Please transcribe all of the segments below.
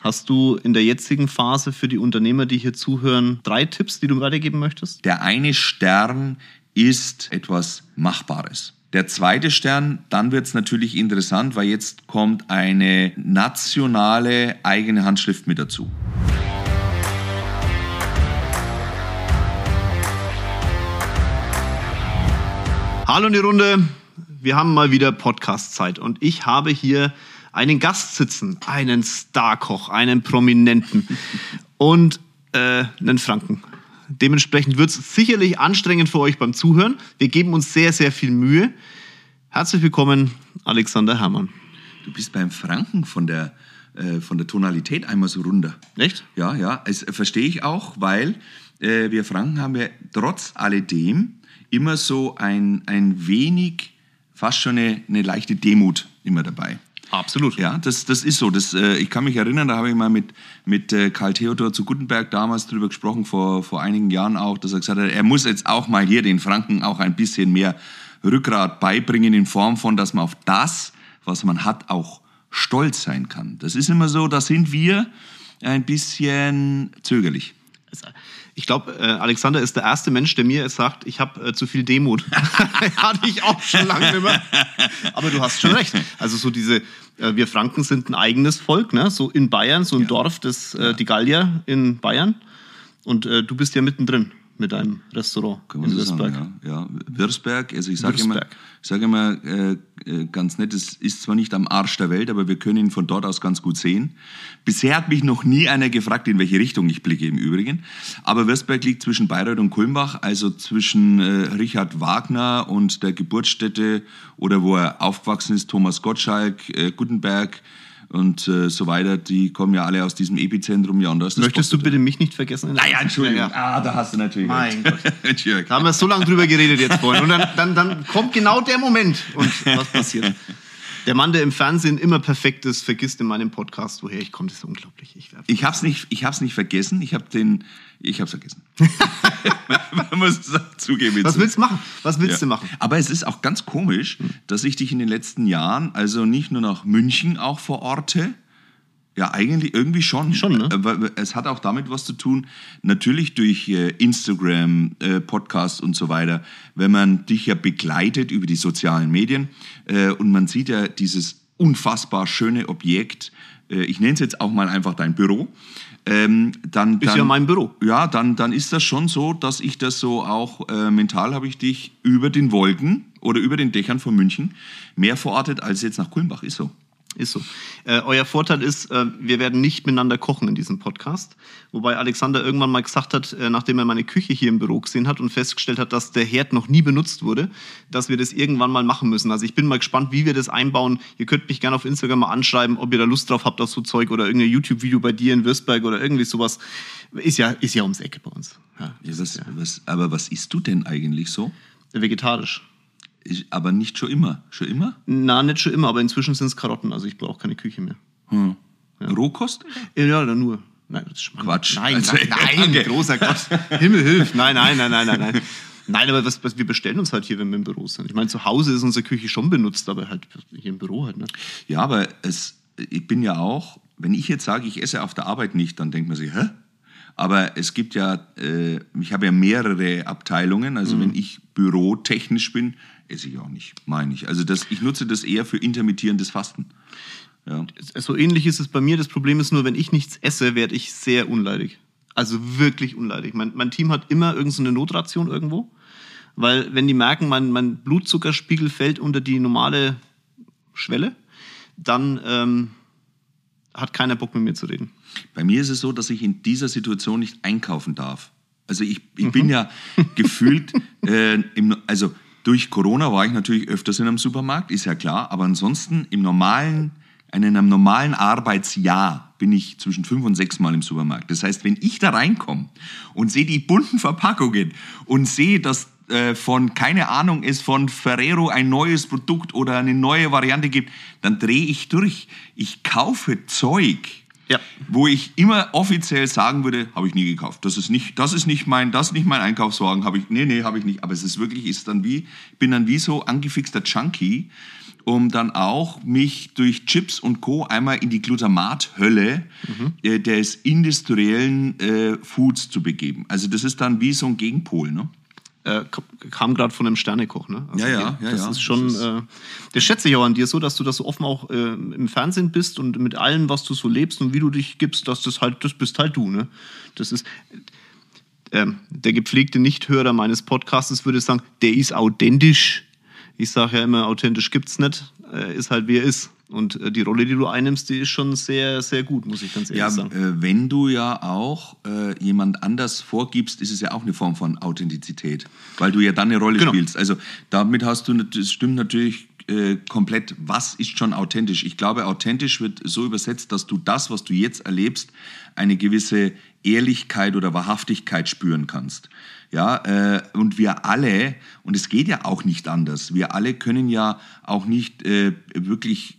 Hast du in der jetzigen Phase für die Unternehmer, die hier zuhören, 3 Tipps, die du weitergeben möchtest? Der eine Stern ist etwas Machbares. Der zweite Stern, dann wird es natürlich interessant, weil jetzt kommt eine nationale eigene Handschrift mit dazu. Hallo in die Runde, wir haben mal wieder Podcast-Zeit und ich habe hier einen Gast sitzen, einen Starkoch, einen Prominenten und einen Franken. Dementsprechend wird es sicherlich anstrengend für euch beim Zuhören. Wir geben uns sehr, sehr viel Mühe. Herzlich willkommen, Alexander Herrmann. Du bist beim Franken von der Tonalität einmal so runter. Echt? Ja, das verstehe ich auch, weil wir Franken haben ja trotz alledem immer so ein wenig, fast schon eine leichte Demut immer dabei. Absolut. Ja, das ist so. Ich kann mich erinnern, da habe ich mal mit Karl Theodor zu Guttenberg damals drüber gesprochen, vor einigen Jahren auch, dass er gesagt hat, er muss jetzt auch mal hier den Franken auch ein bisschen mehr Rückgrat beibringen in Form von, dass man auf das, was man hat, auch stolz sein kann. Das ist immer so, da sind wir ein bisschen zögerlich. Ich glaube, Alexander ist der erste Mensch, der mir sagt, ich habe zu viel Demut. Hatte ich auch schon lange nicht mehr. Aber du hast schon recht. Also so wir Franken sind ein eigenes Volk, ne? So in Bayern, so ein Dorf, die Gallier in Bayern. Und du bist ja mittendrin mit deinem Restaurant in Würzberg. Ja, Würzberg, also ich sage immer ganz nett, es ist zwar nicht am Arsch der Welt, aber wir können ihn von dort aus ganz gut sehen. Bisher hat mich noch nie einer gefragt, in welche Richtung ich blicke im Übrigen. Aber Würzberg liegt zwischen Bayreuth und Kulmbach, also zwischen Richard Wagner und der Geburtsstätte oder wo er aufgewachsen ist, Thomas Gottschalk, Guttenberg und so weiter, die kommen ja alle aus diesem Epizentrum. Ja, und möchtest du bitte mich nicht vergessen? Naja, Entschuldigung. Ja. Da hast du natürlich mein Gott. Da haben wir so lange drüber geredet jetzt vorhin. Und dann kommt genau der Moment. Und was passiert? Der Mann, der im Fernsehen immer perfekt ist, vergisst in meinem Podcast, woher ich komme. Das ist unglaublich. Ich hab's nicht vergessen. Ich hab's vergessen. Man muss es zugeben. Was willst du machen? Was willst du machen? Aber es ist auch ganz komisch, dass ich dich in den letzten Jahren, also nicht nur nach München auch verorte, ja, eigentlich irgendwie schon. Schon, ne? Es hat auch damit was zu tun, natürlich durch Instagram, Podcasts und so weiter, wenn man dich ja begleitet über die sozialen Medien und man sieht ja dieses unfassbar schöne Objekt, ich nenne es jetzt auch mal einfach dein Büro. Dann ist ja mein Büro. Ja, dann ist das schon so, dass ich das so auch, mental habe ich dich über den Wolken oder über den Dächern von München mehr verortet als jetzt nach Kulmbach, ist so. Ist so. Euer Vorteil ist, wir werden nicht miteinander kochen in diesem Podcast. Wobei Alexander irgendwann mal gesagt hat, nachdem er meine Küche hier im Büro gesehen hat und festgestellt hat, dass der Herd noch nie benutzt wurde, dass wir das irgendwann mal machen müssen. Also ich bin mal gespannt, wie wir das einbauen. Ihr könnt mich gerne auf Instagram mal anschreiben, ob ihr da Lust drauf habt auf so Zeug oder irgendein YouTube-Video bei dir in Würzberg oder irgendwie sowas. Ist ja ums Ecke bei uns. Ja, aber was isst du denn eigentlich so? Vegetarisch. Aber nicht schon immer. Schon immer? Na, nicht schon immer, aber inzwischen sind es Karotten, also ich brauche keine Küche mehr. Ja. Rohkost? Ja, dann nur. Nein, das ist Quatsch. Nein, okay. Großer Gott. Himmel hilf. Nein. Nein, aber wir bestellen uns halt hier, wenn wir im Büro sind. Ich meine, zu Hause ist unsere Küche schon benutzt, aber halt hier im Büro halt, ne? Ja, aber ich bin ja auch, wenn ich jetzt sage, ich esse auf der Arbeit nicht, dann denkt man sich, hä? Aber es gibt ja, ich habe ja mehrere Abteilungen, also wenn ich bürotechnisch bin, esse ich auch nicht, meine ich. Also ich nutze das eher für intermittierendes Fasten. Ja. So ähnlich ist es bei mir. Das Problem ist nur, wenn ich nichts esse, werde ich sehr unleidig. Also wirklich unleidig. Mein Team hat immer irgend so eine Notration irgendwo, weil wenn die merken, mein Blutzuckerspiegel fällt unter die normale Schwelle, dann hat keiner Bock mit mir zu reden. Bei mir ist es so, dass ich in dieser Situation nicht einkaufen darf. Also ich bin ja gefühlt, also durch Corona war ich natürlich öfters in einem Supermarkt, ist ja klar, aber ansonsten in einem normalen Arbeitsjahr bin ich zwischen 5 und 6 Mal im Supermarkt. Das heißt, wenn ich da reinkomme und sehe die bunten Verpackungen und sehe, dass von, keine Ahnung, es von Ferrero ein neues Produkt oder eine neue Variante gibt, dann drehe ich durch. Ich kaufe Zeug, wo ich immer offiziell sagen würde, habe ich nie gekauft. Das ist nicht mein Einkaufswagen, habe ich nicht. Aber es ist wirklich, bin dann wie so angefixter Junkie um dann auch mich durch Chips und Co. einmal in die Glutamathölle des industriellen Foods zu begeben. Also das ist dann wie so ein Gegenpol, ne? Kam gerade von einem Sternekoch, ne? Also Ja. Das ist schon, das schätze ich auch an dir so, dass du das so offen auch im Fernsehen bist und mit allem, was du so lebst und wie du dich gibst, das bist halt du, ne? Das ist, der gepflegte Nichthörer meines Podcasts würde sagen, der ist authentisch. Ich sage ja immer, authentisch gibt's nicht, ist halt wie er ist. Und die Rolle, die du einnimmst, die ist schon sehr, sehr gut, muss ich ganz ehrlich sagen. Wenn du ja auch jemand anders vorgibst, ist es ja auch eine Form von Authentizität, weil du ja dann eine Rolle spielst. Also damit das stimmt natürlich komplett, was ist schon authentisch? Ich glaube, authentisch wird so übersetzt, dass du das, was du jetzt erlebst, eine gewisse Ehrlichkeit oder Wahrhaftigkeit spüren kannst. Ja, und wir alle, und es geht ja auch nicht anders, wir alle können ja auch nicht wirklich,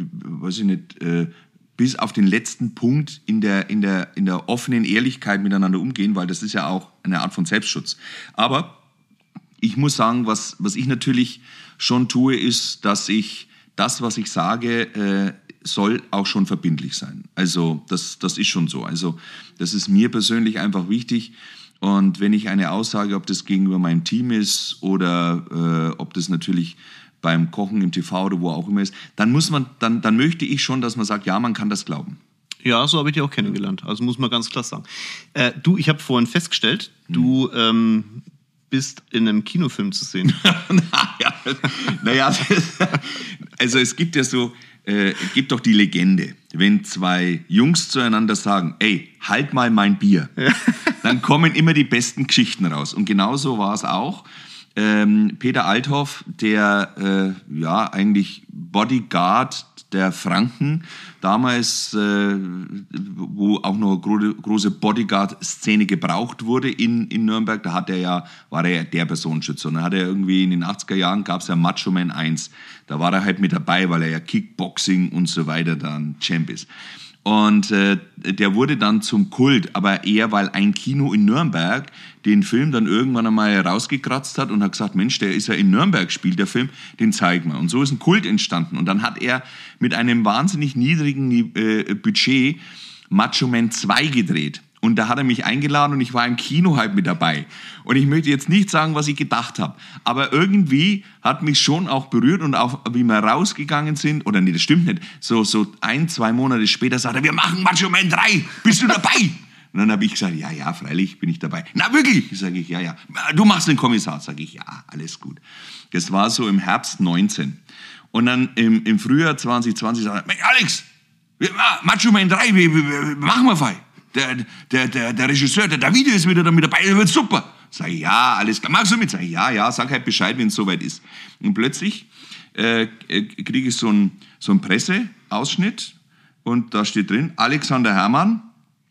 bis auf den letzten Punkt in der offenen Ehrlichkeit miteinander umgehen, weil das ist ja auch eine Art von Selbstschutz. Aber ich muss sagen, was ich natürlich schon tue, ist, dass ich das, was ich sage, soll auch schon verbindlich sein. Also das ist schon so. Also das ist mir persönlich einfach wichtig. Und wenn ich eine Aussage, ob das gegenüber meinem Team ist oder ob das natürlich beim Kochen im TV oder wo auch immer ist, dann möchte ich schon, dass man sagt, ja, man kann das glauben. Ja, so habe ich dich auch kennengelernt. Also muss man ganz klar sagen. Ich habe vorhin festgestellt, du bist in einem Kinofilm zu sehen. Naja, also es gibt ja so, gibt doch die Legende, wenn zwei Jungs zueinander sagen, ey, halt mal mein Bier, dann kommen immer die besten Geschichten raus. Und genauso war es auch. Peter Althoff, der eigentlich Bodyguard der Franken, damals, wo auch noch eine große Bodyguard-Szene gebraucht wurde in Nürnberg, war er ja der Personenschützer. Und dann hat er irgendwie in den 80er Jahren, gab es ja Macho Man 1, da war er halt mit dabei, weil er ja Kickboxing und so weiter dann Champ ist. Und der wurde dann zum Kult, aber eher, weil ein Kino in Nürnberg den Film dann irgendwann einmal rausgekratzt hat und hat gesagt, Mensch, der ist ja in Nürnberg, spielt der Film, den zeigen wir. Und so ist ein Kult entstanden. Und dann hat er mit einem wahnsinnig niedrigen Budget Macho Man 2 gedreht. Und da hat er mich eingeladen und ich war im Kino halt mit dabei. Und ich möchte jetzt nicht sagen, was ich gedacht habe. Aber irgendwie hat mich schon auch berührt und auch, wie wir rausgegangen sind, oder nee, das stimmt nicht, so 1-2 Monate später sagt er, wir machen Macho Man 3, bist du dabei? Und dann habe ich gesagt, ja, freilich bin ich dabei. Na wirklich? Sage ich, ja. Du machst den Kommissar? Sage ich, ja, alles gut. Das war so im Herbst 19. Und dann im Frühjahr 2020 sagt er, Alex, Macho Man 3, machen wir frei. Der Regisseur, der Davide ist wieder damit dabei, der wird super. Sag ich, ja, alles klar. Magst du mit? Sag ich, ja, sag halt Bescheid, wenn es soweit ist. Und plötzlich kriege ich so einen Presseausschnitt und da steht drin, Alexander Herrmann,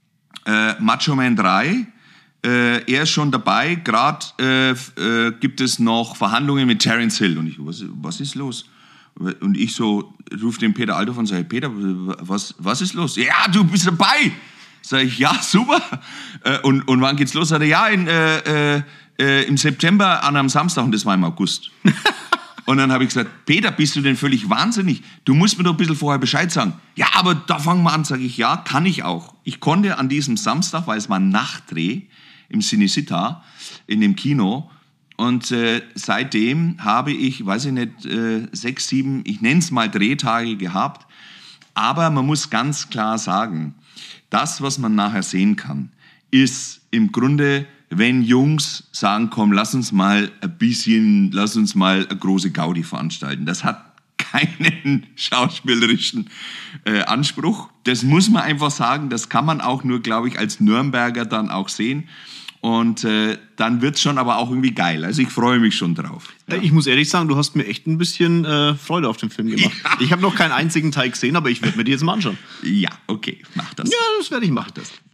Macho Man 3, er ist schon dabei, gerade gibt es noch Verhandlungen mit Terence Hill. Und ich, was ist los? Und ich so rufe den Peter Althoff und sage, Peter, was ist los? Ja, du bist dabei! Sag ich, ja, super. Und wann geht's los? Sagt er, ja, im September an einem Samstag und das war im August. Und dann habe ich gesagt, Peter, bist du denn völlig wahnsinnig? Du musst mir doch ein bisschen vorher Bescheid sagen. Ja, aber da fangen wir an, sage ich, ja, kann ich auch. Ich konnte an diesem Samstag, weil es war ein Nachtdreh im Cinecittà in dem Kino und seitdem habe ich, weiß ich nicht, 6, 7, ich nenne es mal Drehtage gehabt. Aber man muss ganz klar sagen, das, was man nachher sehen kann, ist im Grunde, wenn Jungs sagen, komm, lass uns mal eine große Gaudi veranstalten. Das hat keinen schauspielerischen Anspruch. Das muss man einfach sagen, das kann man auch nur, glaube ich, als Nürnberger dann auch sehen. Und dann wird es schon aber auch irgendwie geil. Also ich freue mich schon drauf. Ja. Ich muss ehrlich sagen, du hast mir echt ein bisschen Freude auf den Film gemacht. Ja. Ich habe noch keinen einzigen Teil gesehen, aber ich werde mir die jetzt mal anschauen. Ja, okay, mach das. Ja, das werde ich machen.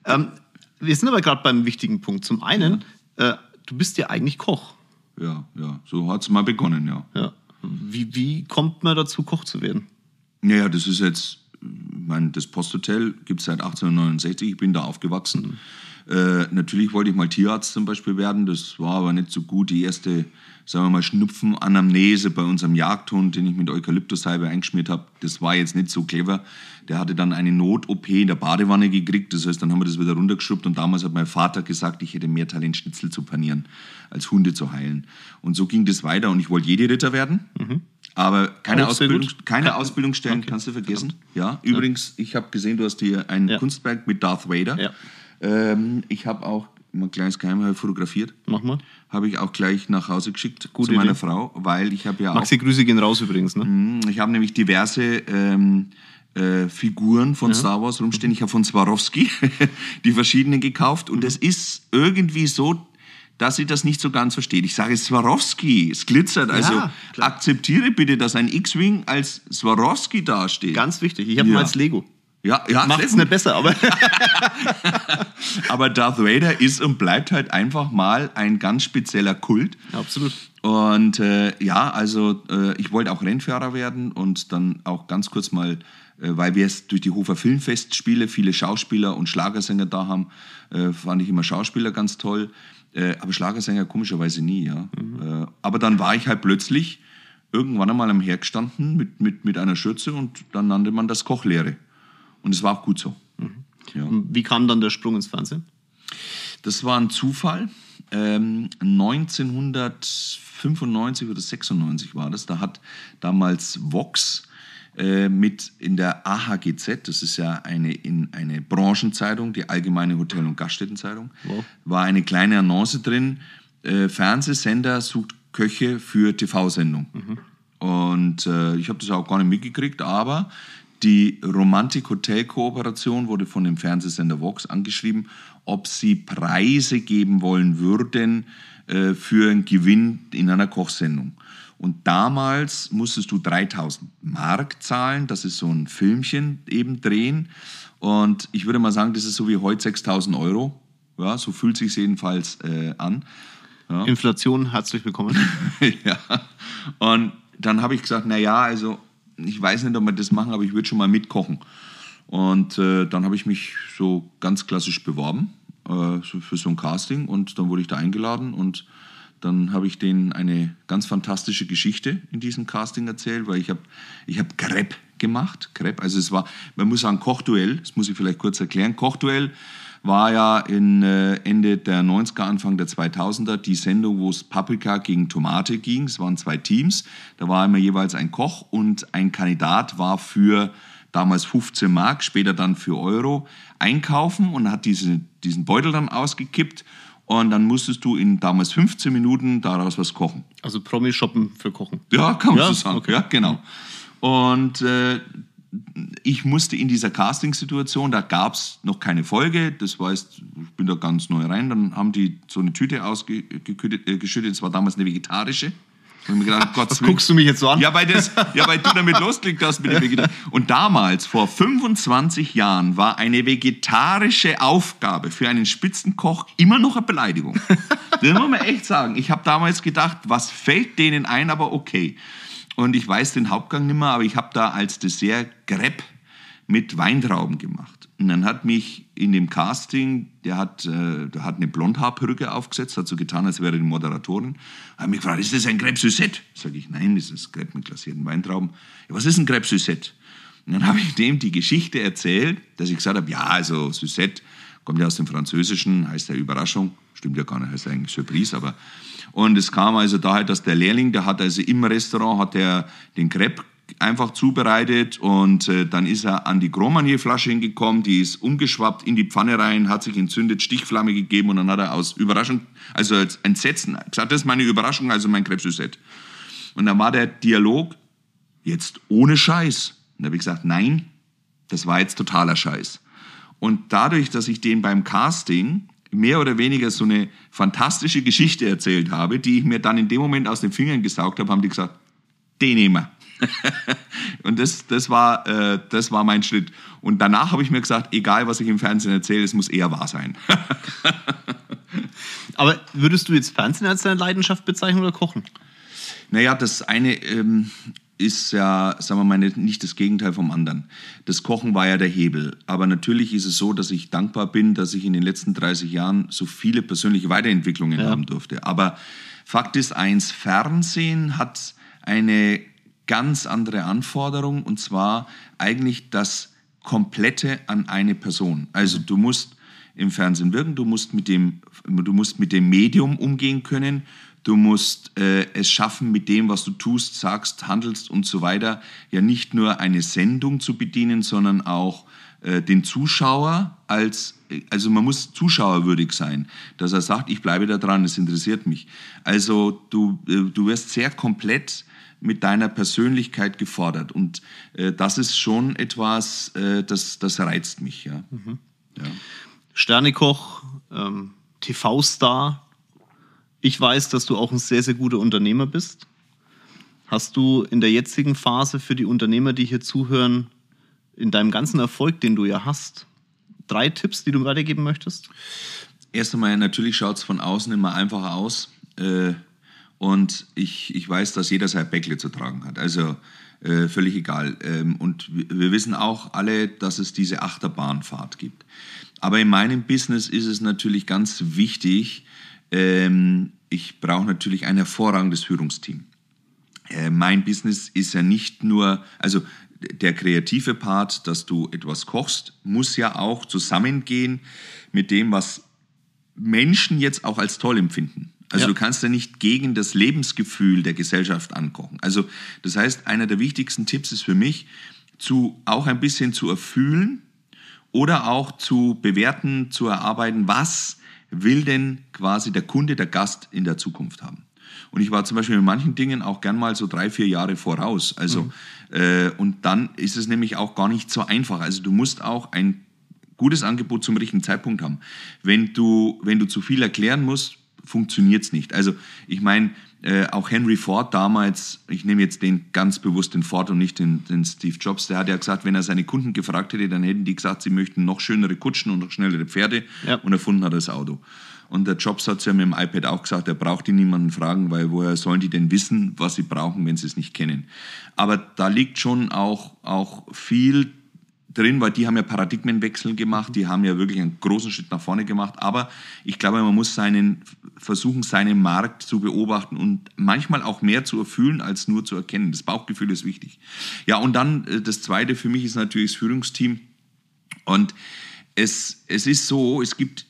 Wir sind aber gerade beim wichtigen Punkt. Zum einen, du bist ja eigentlich Koch. Ja, so hat es mal begonnen, ja. Wie kommt man dazu, Koch zu werden? Naja, das ist jetzt meine, das Posthotel gibt es seit 1869, ich bin da aufgewachsen. Natürlich wollte ich mal Tierarzt zum Beispiel werden, das war aber nicht so gut. Die erste, sagen wir mal, Schnupfenanamnese bei unserem Jagdhund, den ich mit Eukalyptussalbe eingeschmiert habe, das war jetzt nicht so clever. Der hatte dann eine Not-OP in der Badewanne gekriegt, das heißt, dann haben wir das wieder runtergeschrubbt und damals hat mein Vater gesagt, ich hätte mehr Talent, Schnitzel zu panieren, als Hunde zu heilen. Und so ging das weiter und ich wollte jede Ritter werden. Aber keine Ausbildungsstellen okay. Kannst du vergessen. Ja, übrigens, ich habe gesehen, du hast hier ein Kunstwerk mit Darth Vader. Ja. Ich habe auch mal ein kleines Geheimnis fotografiert. Mach mal. Habe ich auch gleich nach Hause geschickt zu meiner Frau, weil ich habe ja auch... Maxi, Grüße gehen raus übrigens, ne? Ich habe nämlich diverse Figuren von Star Wars rumstehen. Ich habe von Swarovski die verschiedenen gekauft und es ist irgendwie so, dass sie das nicht so ganz versteht. Ich sage Swarovski, es glitzert, also akzeptiere bitte, dass ein X-Wing als Swarovski dasteht. Ganz wichtig, ich habe mal als Lego. Ja, macht's nicht besser, aber... aber Darth Vader ist und bleibt halt einfach mal ein ganz spezieller Kult. Absolut. Und ich wollte auch Rennfahrer werden und dann auch ganz kurz mal, weil wir es durch die Hofer Filmfestspiele viele Schauspieler und Schlagersänger da haben, fand ich immer Schauspieler ganz toll, aber Schlagersänger komischerweise nie. Ja. Aber dann war ich halt plötzlich irgendwann einmal am Herd gestanden mit einer Schürze und dann nannte man das Kochlehre. Und es war auch gut so. Ja. Wie kam dann der Sprung ins Fernsehen? Das war ein Zufall. 1995 oder 96 war das. Da hat damals Vox mit in der AHGZ, das ist ja eine Branchenzeitung, die Allgemeine Hotel- und Gaststättenzeitung, war eine kleine Annonce drin, Fernsehsender sucht Köche für TV-Sendung. Und ich habe das auch gar nicht mitgekriegt, aber die Romantik-Hotel-Kooperation wurde von dem Fernsehsender Vox angeschrieben, ob sie Preise geben wollen würden für einen Gewinn in einer Kochsendung. Und damals musstest du 3.000 Mark zahlen, das ist so ein Filmchen eben drehen. Und ich würde mal sagen, das ist so wie heute 6.000 Euro. Ja, so fühlt es sich jedenfalls an. Ja. Inflation, herzlich willkommen. Ja. Und dann habe ich gesagt, naja, also ich weiß nicht, ob wir das machen, aber ich würde schon mal mitkochen. Und dann habe ich mich so ganz klassisch beworben für so ein Casting und dann wurde ich da eingeladen und dann habe ich denen eine ganz fantastische Geschichte in diesem Casting erzählt, weil ich hab Crepe gemacht. Crepe, also es war, man muss sagen, Kochduell, das muss ich vielleicht kurz erklären. Kochduell war ja in Ende der 90er, Anfang der 2000er die Sendung, wo es Paprika gegen Tomate ging. Es waren 2 Teams, da war immer jeweils ein Koch und ein Kandidat war für damals 15 Mark, später dann für Euro, einkaufen und hat diesen Beutel dann ausgekippt und dann musstest du in damals 15 Minuten daraus was kochen. Also Promi-Shoppen für Kochen. Ja, kann man so sagen. Okay. Ja, genau. Und ich musste in dieser Casting-Situation, da gab es noch keine Folge, das heißt, ich bin da ganz neu rein, dann haben die so eine Tüte ausgeschüttet, das war damals eine vegetarische. Und ich mir gedacht, was guckst du mich jetzt so an? Ja, weil du damit losgelegt hast mit dem Vegetarischen. Und damals, vor 25 Jahren, war eine vegetarische Aufgabe für einen Spitzenkoch immer noch eine Beleidigung. Das muss man echt sagen. Ich habe damals gedacht, was fällt denen ein, aber okay. Und ich weiß den Hauptgang nicht mehr, aber ich habe da als Dessert Crepe mit Weintrauben gemacht. Und dann hat mich in dem Casting, der hat eine Blondhaarperücke aufgesetzt, hat so getan, als wäre die Moderatorin, hat mich gefragt, ist das ein Crêpe Suzette? Sage ich, nein, das ist Crepe mit glasierten Weintrauben. Ja, was ist ein Crêpe Suzette? Und dann habe ich dem die Geschichte erzählt, dass ich gesagt habe, ja, also Suzette kommt ja aus dem Französischen, heißt ja Überraschung, stimmt ja gar nicht, heißt ja eigentlich Surprise, aber... Und es kam also daher, dass der Lehrling, der hat also im Restaurant, hat er den Crepe einfach zubereitet und dann ist er an die Grand Marnier-Flasche hingekommen, die ist umgeschwappt in die Pfanne rein, hat sich entzündet, Stichflamme gegeben und dann hat er aus Überraschung, also als Entsetzen, gesagt, das ist meine Überraschung, also mein Crêpe Suzette. Und dann war der Dialog, jetzt ohne Scheiß. Und da habe ich gesagt, nein, das war jetzt totaler Scheiß. Und dadurch, dass ich den beim Casting mehr oder weniger so eine fantastische Geschichte erzählt habe, die ich mir dann in dem Moment aus den Fingern gesaugt habe, haben die gesagt, den nehmen wir. Und das war mein Schritt. Und danach habe ich mir gesagt, egal was ich im Fernsehen erzähle, es muss eher wahr sein. Aber würdest du jetzt Fernsehen als deine Leidenschaft bezeichnen oder Kochen? Naja, das eine, ist ja, sagen wir mal, nicht das Gegenteil vom anderen. Das Kochen war ja der Hebel. Aber natürlich ist es so, dass ich dankbar bin, dass ich in den letzten 30 Jahren so viele persönliche Weiterentwicklungen haben durfte. Aber Fakt ist eins, Fernsehen hat eine ganz andere Anforderung, und zwar eigentlich das Komplette an eine Person. Also du musst im Fernsehen wirken, du musst mit dem Medium umgehen können, du musst es schaffen, mit dem, was du tust, sagst, handelst und so weiter, ja nicht nur eine Sendung zu bedienen, sondern auch den Zuschauer also man muss zuschauerwürdig sein, dass er sagt, ich bleibe da dran, es interessiert mich. Also du wirst sehr komplett mit deiner Persönlichkeit gefordert, und das ist schon etwas, das reizt mich. Ja. Mhm. Ja. Sternekoch, TV-Star. Ich weiß, dass du auch ein sehr, sehr guter Unternehmer bist. Hast du in der jetzigen Phase für die Unternehmer, die hier zuhören, in deinem ganzen Erfolg, den du ja hast, 3 Tipps, die du weitergeben möchtest? Erst einmal, natürlich schaut es von außen immer einfacher aus. Und ich weiß, dass jeder sein Päckle zu tragen hat. Also völlig egal. Und wir wissen auch alle, dass es diese Achterbahnfahrt gibt. Aber in meinem Business ist es natürlich ganz wichtig, ich brauche natürlich ein hervorragendes Führungsteam. Mein Business ist ja nicht nur, also der kreative Part, dass du etwas kochst, muss ja auch zusammengehen mit dem, was Menschen jetzt auch als toll empfinden. Also du kannst ja nicht gegen das Lebensgefühl der Gesellschaft ankochen. Also das heißt, einer der wichtigsten Tipps ist für mich, auch ein bisschen zu erfühlen oder auch zu bewerten, zu erarbeiten, was will denn quasi der Kunde, der Gast in der Zukunft haben. Und ich war zum Beispiel in manchen Dingen auch gern mal so 3-4 Jahre voraus. Also, und dann ist es nämlich auch gar nicht so einfach. Also du musst auch ein gutes Angebot zum richtigen Zeitpunkt haben. Wenn du zu viel erklären musst, funktioniert es nicht. Also ich meine, auch Henry Ford damals, ich nehme jetzt ganz bewusst den Ford und nicht den Steve Jobs, der hat ja gesagt, wenn er seine Kunden gefragt hätte, dann hätten die gesagt, sie möchten noch schönere Kutschen und noch schnellere Pferde, und erfunden hat er das Auto. Und der Jobs hat es ja mit dem iPad auch gesagt, er braucht ihn niemanden fragen, weil woher sollen die denn wissen, was sie brauchen, wenn sie es nicht kennen. Aber da liegt schon auch viel drin, weil die haben ja Paradigmenwechsel gemacht, die haben ja wirklich einen großen Schritt nach vorne gemacht. Aber ich glaube, man muss versuchen, seinen Markt zu beobachten und manchmal auch mehr zu erfühlen, als nur zu erkennen. Das Bauchgefühl ist wichtig. Ja, und dann das Zweite für mich ist natürlich das Führungsteam. Und es ist so, es gibt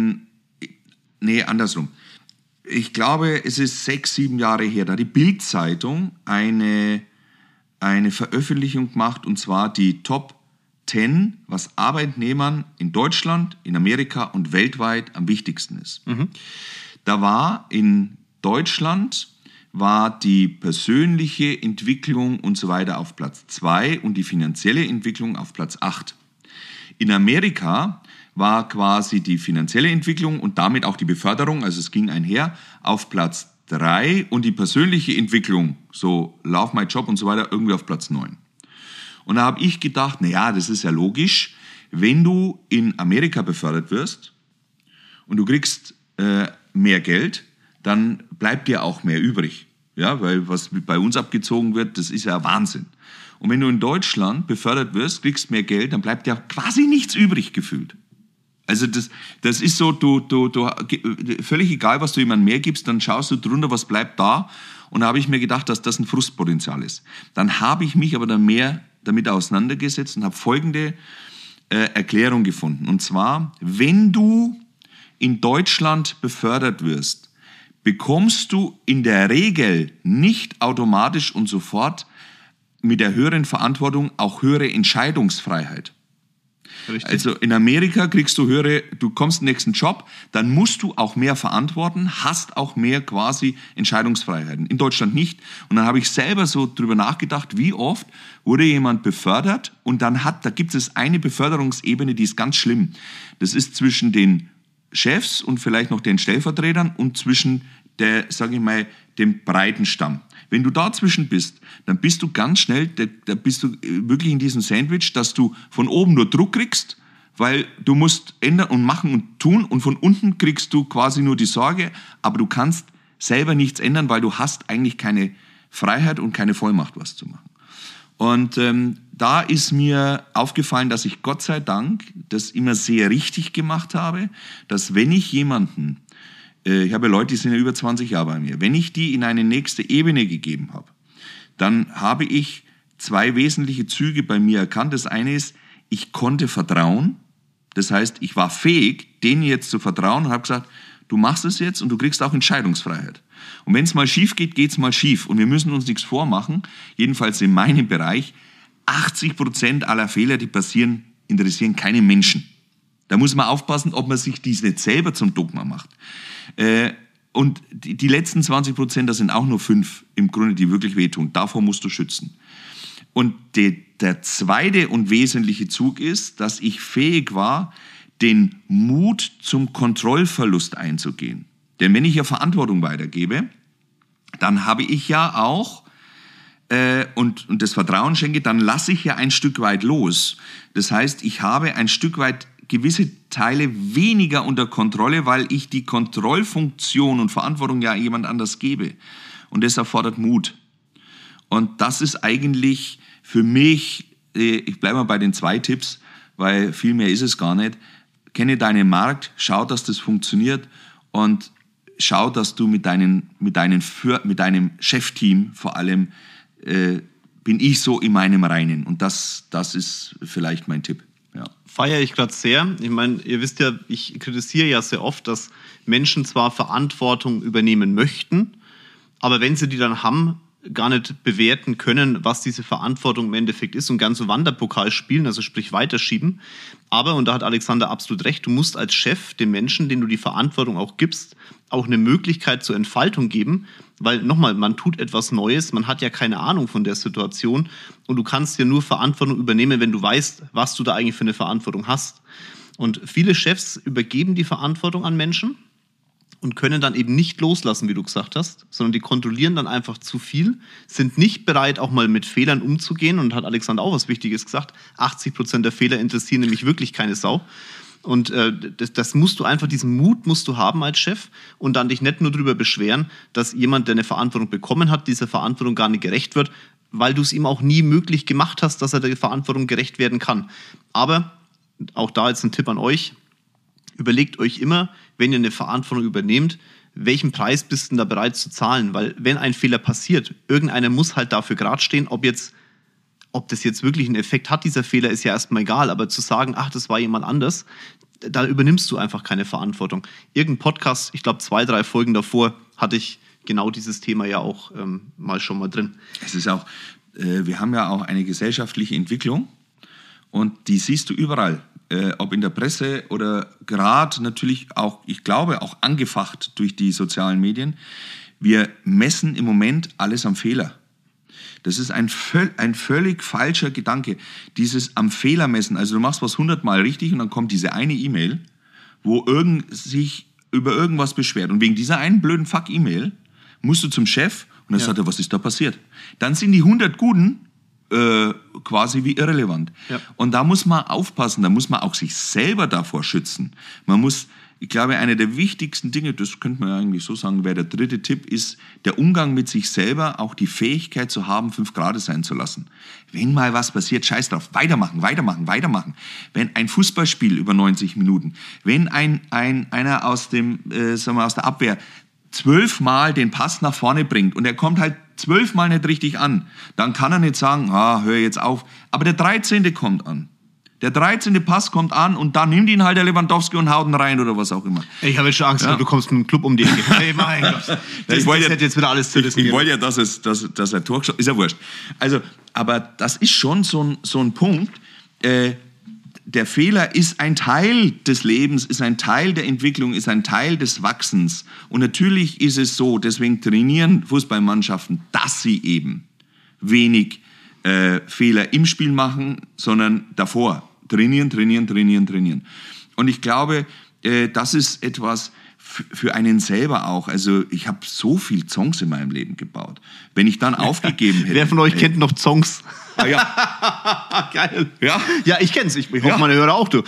andersrum. Ich glaube, es ist 6-7 Jahre her, da hat die Bild-Zeitung eine Veröffentlichung gemacht, und zwar die Top 10, was Arbeitnehmern in Deutschland, in Amerika und weltweit am wichtigsten ist. Mhm. Da war in Deutschland die persönliche Entwicklung und so weiter auf Platz 2 und die finanzielle Entwicklung auf Platz 8. In Amerika war quasi die finanzielle Entwicklung und damit auch die Beförderung, also es ging einher, auf Platz 3 und die persönliche Entwicklung, so Love My Job und so weiter, irgendwie auf Platz 9. Und da habe ich gedacht, das ist ja logisch, wenn du in Amerika befördert wirst und du kriegst mehr Geld, dann bleibt dir auch mehr übrig. Ja, weil was bei uns abgezogen wird, das ist ja Wahnsinn. Und wenn du in Deutschland befördert wirst, kriegst mehr Geld, dann bleibt dir quasi nichts übrig gefühlt. Also das ist so, du völlig egal, was du jemandem mehr gibst, dann schaust du drunter, was bleibt da. Und da habe ich mir gedacht, dass das ein Frustpotenzial ist. Dann habe ich mich aber dann mehr damit auseinandergesetzt und habe folgende Erklärung gefunden. Und zwar, wenn du in Deutschland befördert wirst, bekommst du in der Regel nicht automatisch und sofort mit der höheren Verantwortung auch höhere Entscheidungsfreiheit. Richtig. Also in Amerika du kommst in den nächsten Job, dann musst du auch mehr verantworten, hast auch mehr quasi Entscheidungsfreiheiten. In Deutschland nicht. Und dann habe ich selber so drüber nachgedacht, wie oft wurde jemand befördert und da gibt es eine Beförderungsebene, die ist ganz schlimm. Das ist zwischen den Chefs und vielleicht noch den Stellvertretern und zwischen dem breiten Stamm. Wenn du dazwischen bist, dann bist du ganz schnell, da bist du wirklich in diesem Sandwich, dass du von oben nur Druck kriegst, weil du musst ändern und machen und tun und von unten kriegst du quasi nur die Sorge, aber du kannst selber nichts ändern, weil du hast eigentlich keine Freiheit und keine Vollmacht, was zu machen. Und da ist mir aufgefallen, dass ich Gott sei Dank das immer sehr richtig gemacht habe, dass wenn ich jemanden, ich habe Leute, die sind ja über 20 Jahre bei mir, wenn ich die in eine nächste Ebene gegeben habe, dann habe ich 2 wesentliche Züge bei mir erkannt. Das eine ist, ich konnte vertrauen. Das heißt, ich war fähig, denen jetzt zu vertrauen und habe gesagt, du machst es jetzt und du kriegst auch Entscheidungsfreiheit. Und wenn es mal schief geht, geht es mal schief. Und wir müssen uns nichts vormachen, jedenfalls in meinem Bereich, 80% aller Fehler, die passieren, interessieren keine Menschen. Da muss man aufpassen, ob man sich dies nicht selber zum Dogma macht. Und die letzten 20%, das sind auch nur 5 im Grunde, die wirklich wehtun. Davor musst du schützen. Und der zweite und wesentliche Zug ist, dass ich fähig war, den Mut zum Kontrollverlust einzugehen. Denn wenn ich ja Verantwortung weitergebe, dann habe ich ja auch und das Vertrauen schenke, dann lasse ich ja ein Stück weit los. Das heißt, ich habe ein Stück weit gewisse Teile weniger unter Kontrolle, weil ich die Kontrollfunktion und Verantwortung ja jemand anders gebe. Und das erfordert Mut. Und das ist eigentlich für mich, ich bleibe mal bei den 2 Tipps, weil viel mehr ist es gar nicht. Kenne deinen Markt, schau, dass das funktioniert und schau, dass du mit deinem Chefteam vor allem, bin ich so in meinem Reinen. Und das ist vielleicht mein Tipp. Ja. Feiere ich gerade sehr. Ich meine, ihr wisst ja, ich kritisiere ja sehr oft, dass Menschen zwar Verantwortung übernehmen möchten, aber wenn sie die dann haben, gar nicht bewerten können, was diese Verantwortung im Endeffekt ist und gern so Wanderpokal spielen, also sprich weiterschieben. Aber, und da hat Alexander absolut recht, du musst als Chef den Menschen, denen du die Verantwortung auch gibst, auch eine Möglichkeit zur Entfaltung geben, weil nochmal, man tut etwas Neues, man hat ja keine Ahnung von der Situation und du kannst ja nur Verantwortung übernehmen, wenn du weißt, was du da eigentlich für eine Verantwortung hast. Und viele Chefs übergeben die Verantwortung an Menschen und können dann eben nicht loslassen, wie du gesagt hast, sondern die kontrollieren dann einfach zu viel, sind nicht bereit, auch mal mit Fehlern umzugehen. Und hat Alexander auch was Wichtiges gesagt, 80% der Fehler interessieren nämlich wirklich keine Sau. Und das musst du einfach, diesen Mut musst du haben als Chef und dann dich nicht nur darüber beschweren, dass jemand, der eine Verantwortung bekommen hat, dieser Verantwortung gar nicht gerecht wird, weil du es ihm auch nie möglich gemacht hast, dass er der Verantwortung gerecht werden kann. Aber auch da jetzt ein Tipp an euch, überlegt euch immer, wenn ihr eine Verantwortung übernehmt, welchen Preis bist du da bereit zu zahlen? Weil wenn ein Fehler passiert, irgendeiner muss halt dafür gerade stehen, ob das jetzt wirklich einen Effekt hat, dieser Fehler, ist ja erstmal egal. Aber zu sagen, ach, das war jemand anders, da übernimmst du einfach keine Verantwortung. Irgendein Podcast, ich glaube 2, 3 Folgen davor, hatte ich genau dieses Thema ja auch schon mal drin. Es ist auch, wir haben ja auch eine gesellschaftliche Entwicklung und die siehst du überall. Ob in der Presse oder gerade natürlich auch, ich glaube, auch angefacht durch die sozialen Medien. Wir messen im Moment alles am Fehler. Das ist ein völlig falscher Gedanke, dieses am Fehler messen. Also du machst was 100-mal richtig und dann kommt diese eine E-Mail, wo sich über irgendwas beschwert. Und wegen dieser einen blöden Fuck-E-Mail musst du zum Chef und dann sagt er, was ist da passiert? Dann sind die 100 Guten quasi wie irrelevant. Ja. Und da muss man aufpassen, da muss man auch sich selber davor schützen. Man muss, ich glaube, eine der wichtigsten Dinge, das könnte man eigentlich so sagen, wäre der 3. Tipp, ist der Umgang mit sich selber, auch die Fähigkeit zu haben, 5 Grad sein zu lassen. Wenn mal was passiert, scheiß drauf, weitermachen. Wenn ein Fußballspiel über 90 Minuten, wenn einer aus der Abwehr 12-mal den Pass nach vorne bringt und er kommt halt 12-mal nicht richtig an, dann kann er nicht sagen, hör jetzt auf. Aber der 13. kommt an. Der 13. Pass kommt an und dann nimmt ihn halt der Lewandowski und haut ihn rein oder was auch immer. Ich habe jetzt schon Angst, du kommst mit dem Club um die Ecke. Hey, mein Gott. Das hätte jetzt wieder alles zu riskieren. Ich wollte ja, dass er Tor geschossen ist. Ja wurscht. Also, aber das ist schon so ein Punkt. Der Fehler ist ein Teil des Lebens, ist ein Teil der Entwicklung, ist ein Teil des Wachsens. Und natürlich ist es so, deswegen trainieren Fußballmannschaften, dass sie eben wenig Fehler im Spiel machen, sondern davor. Trainieren. Und ich glaube, das ist etwas für einen selber auch. Also ich habe so viel Songs in meinem Leben gebaut. Wenn ich dann aufgegeben hätte... Wer von euch kennt noch Songs? Ah ja. Geil. Ja, ich kenn's. Ich hoffe, meine Hörer auch, du.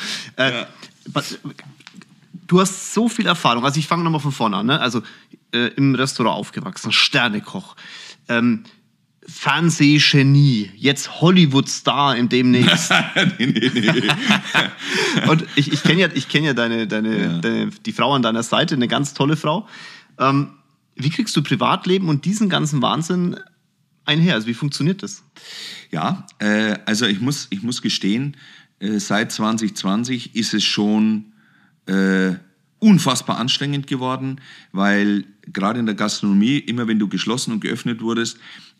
Du hast so viel Erfahrung. Also ich fange nochmal von vorne an. Ne? Also im Restaurant aufgewachsen, Sternekoch. Fernsehgenie, jetzt Hollywood-Star im demnächst. nee. Und ich kenn ja die Frau an deiner Seite, eine ganz tolle Frau. Wie kriegst du Privatleben und diesen ganzen Wahnsinn einher? Also wie funktioniert das? Ja, also ich muss gestehen, seit 2020 ist es schon unfassbar anstrengend geworden, weil gerade in der Gastronomie, immer wenn du geschlossen und geöffnet wurdest,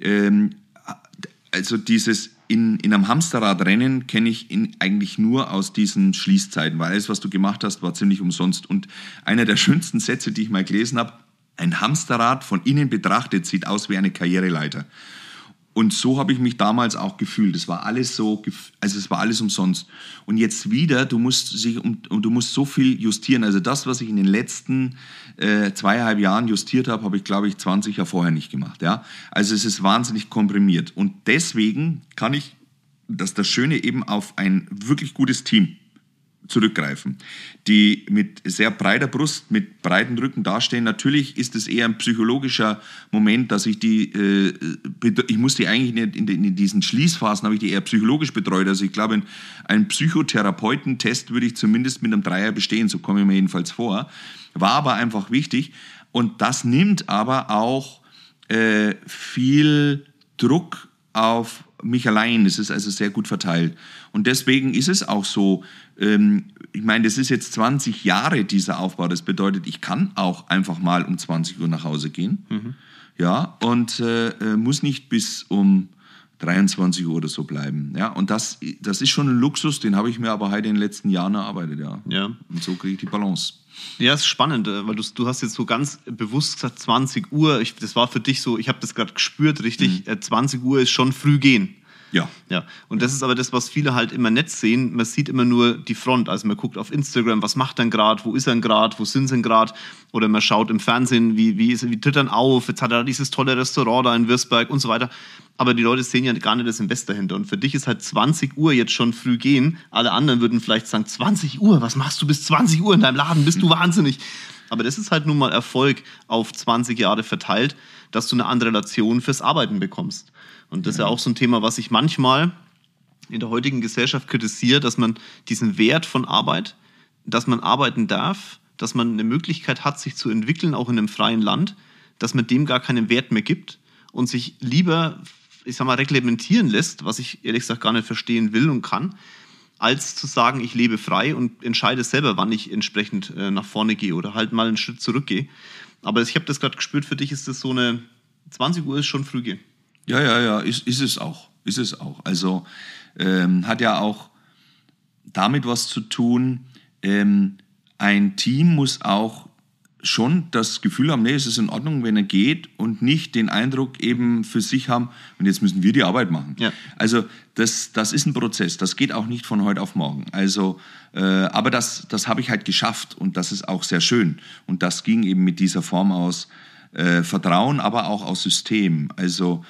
also dieses in einem Hamsterrad rennen kenne ich eigentlich nur aus diesen Schließzeiten, weil alles, was du gemacht hast, war ziemlich umsonst. Und einer der schönsten Sätze, die ich mal gelesen habe: Ein Hamsterrad von innen betrachtet sieht aus wie eine Karriereleiter. Und so habe ich mich damals auch gefühlt. Es war alles so, also es war alles umsonst. Und jetzt wieder, du musst so viel justieren. Also das, was ich in den letzten 2,5 Jahren justiert habe, habe ich, glaube ich, 20 Jahre vorher nicht gemacht. Ja? Also es ist wahnsinnig komprimiert. Und deswegen kann ich, das Schöne, eben auf ein wirklich gutes Team zurückgreifen, die mit sehr breiter Brust, mit breiten Rücken dastehen. Natürlich ist es eher ein psychologischer Moment, dass ich ich muss die eigentlich in diesen Schließphasen, habe ich die eher psychologisch betreut. Also ich glaube, einen Psychotherapeutentest würde ich zumindest mit einem 3er bestehen, so komme ich mir jedenfalls vor. War aber einfach wichtig, und das nimmt aber auch viel Druck auf mich allein. Es ist also sehr gut verteilt. Und deswegen ist es auch so, ich meine, das ist jetzt 20 Jahre dieser Aufbau. Das bedeutet, ich kann auch einfach mal um 20 Uhr nach Hause gehen. Ja, und muss nicht bis um 23 Uhr oder so bleiben. Ja, und das ist schon ein Luxus, den habe ich mir aber halt in den letzten Jahren erarbeitet. Ja. Und so kriege ich die Balance. Ja, ist spannend, weil du hast jetzt so ganz bewusst gesagt 20 Uhr. Das war für dich so, ich habe das gerade gespürt, richtig, 20 Uhr ist schon früh gehen. Ja. Und das ist aber das, was viele halt immer nicht sehen. Man sieht immer nur die Front. Also man guckt auf Instagram, was macht er gerade, wo ist er gerade, wo sind sie gerade? Oder man schaut im Fernsehen, wie tritt er auf, jetzt hat er dieses tolle Restaurant da in Würzburg und so weiter. Aber die Leute sehen ja gar nicht das Invest dahinter. Und für dich ist halt 20 Uhr jetzt schon früh gehen. Alle anderen würden vielleicht sagen, 20 Uhr, was machst du bis 20 Uhr in deinem Laden? Bist du wahnsinnig? Aber das ist halt nun mal Erfolg auf 20 Jahre verteilt, dass du eine andere Relation fürs Arbeiten bekommst. Und das ist ja auch so ein Thema, was ich manchmal in der heutigen Gesellschaft kritisiere, dass man diesen Wert von Arbeit, dass man arbeiten darf, dass man eine Möglichkeit hat, sich zu entwickeln, auch in einem freien Land, dass man dem gar keinen Wert mehr gibt und sich lieber, ich sag mal, reglementieren lässt, was ich ehrlich gesagt gar nicht verstehen will und kann, als zu sagen, ich lebe frei und entscheide selber, wann ich entsprechend nach vorne gehe oder halt mal einen Schritt zurückgehe. Aber ich habe das gerade gespürt, für dich ist das so eine 20 Uhr ist schon früh gehen. Ja, ist es auch. Also hat ja auch damit was zu tun, ein Team muss auch schon das Gefühl haben, nee, es ist in Ordnung, wenn er geht, und nicht den Eindruck eben für sich haben, und jetzt müssen wir die Arbeit machen. Ja. Also das ist ein Prozess, das geht auch nicht von heute auf morgen. Also, aber das habe ich halt geschafft, und das ist auch sehr schön. Und das ging eben mit dieser Form aus Vertrauen, aber auch aus System. Also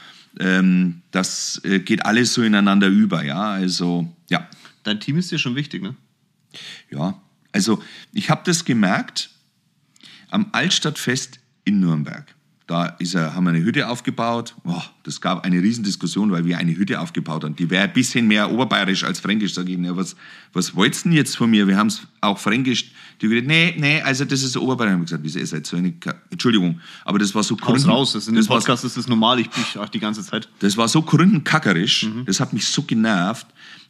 das geht alles so ineinander über, ja, also, ja. Dein Team ist dir schon wichtig, ne? Ja, also ich habe das gemerkt am Altstadtfest in Nürnberg. Da haben wir eine Hütte aufgebaut. Das gab eine Riesendiskussion, weil wir eine Hütte aufgebaut haben. Die wäre ein bisschen mehr oberbayerisch als fränkisch. Sag ich, was wollt's denn jetzt von mir? Wir haben es auch fränkisch. Die haben gesagt, nee, also das ist oberbayerisch. Ich habe gesagt, ihr seid so eine... Entschuldigung, aber das war so... Raus, das in dem Podcast ist das normal, ich auch die ganze Zeit. Das war so gründenkackerisch, das hat mich so genervt.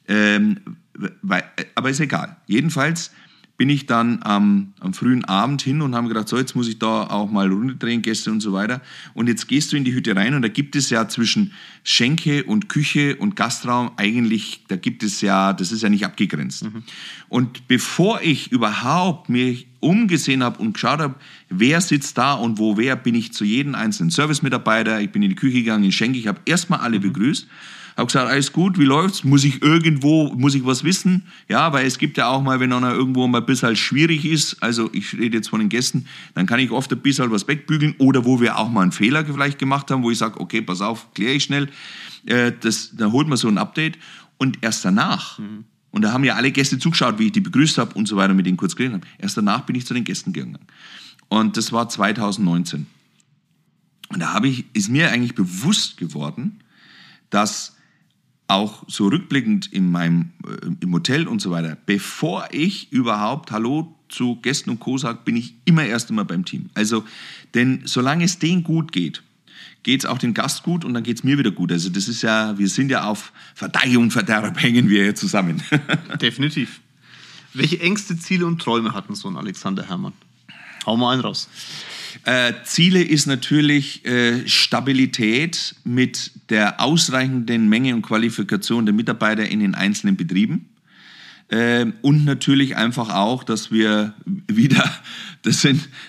Aber ist egal. Jedenfalls bin ich dann am frühen Abend hin und habe gedacht, so, jetzt muss ich da auch mal Runde drehen, Gäste und so weiter. Und jetzt gehst du in die Hütte rein, und da gibt es ja zwischen Schenke und Küche und Gastraum eigentlich, das ist ja nicht abgegrenzt. Und bevor ich überhaupt mich umgesehen habe und geschaut habe, wer sitzt da und wo wer, bin ich zu jedem einzelnen Servicemitarbeiter, ich bin in die Küche gegangen, in Schenke, ich habe erstmal alle begrüßt. Habe gesagt, alles gut, wie läuft's? Muss ich was wissen? Ja, weil es gibt ja auch mal, wenn einer irgendwo mal ein bisschen schwierig ist, also ich rede jetzt von den Gästen, dann kann ich oft ein bisschen was wegbügeln, oder wo wir auch mal einen Fehler vielleicht gemacht haben, wo ich sage, okay, pass auf, kläre ich schnell. Da holt man so ein Update, und erst danach, und da haben ja alle Gäste zugeschaut, wie ich die begrüßt habe und so weiter, mit denen kurz geredet habe, erst danach bin ich zu den Gästen gegangen. Und das war 2019. Und da ist mir eigentlich bewusst geworden, dass auch so rückblickend im Hotel und so weiter, bevor ich überhaupt Hallo zu Gästen und Co. sage, bin ich immer erst einmal beim Team. Also, denn solange es denen gut geht, geht es auch dem Gast gut und dann geht es mir wieder gut. Also das ist ja, wir sind ja auf Verdeih und Verderb hängen wir ja zusammen. Definitiv. Welche Ängste, Ziele und Träume hatten so ein Alexander Herrmann? Hau mal einen raus. Ziele ist natürlich Stabilität mit der ausreichenden Menge und Qualifikation der Mitarbeiter in den einzelnen Betrieben. Und natürlich einfach auch, dass wir wieder, das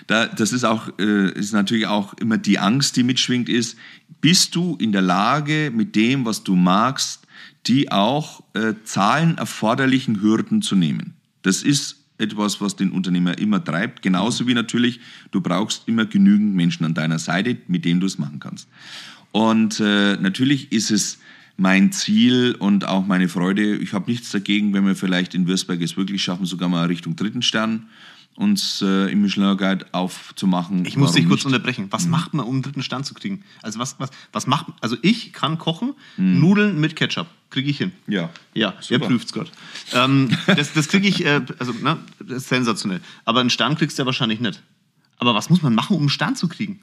ist natürlich auch immer die Angst, die mitschwingt, ist, bist du in der Lage, mit dem, was du magst, die auch Zahlen erforderlichen Hürden zu nehmen. Das ist etwas, was den Unternehmer immer treibt, genauso wie natürlich, du brauchst immer genügend Menschen an deiner Seite, mit denen du es machen kannst. Und natürlich ist es mein Ziel und auch meine Freude. Ich habe nichts dagegen, wenn wir vielleicht in Würzburg es wirklich schaffen, sogar mal Richtung 3. Stern uns im Michelin Guide aufzumachen. Ich muss dich kurz unterbrechen. Was macht man, um einen 3. Stern zu kriegen? Also was macht man? Also ich kann kochen, Nudeln mit Ketchup. Kriege ich hin. Ja, ihr prüft es gerade. Das kriege ich, das ist sensationell. Aber einen Stern kriegst du ja wahrscheinlich nicht. Aber was muss man machen, um einen Stern zu kriegen?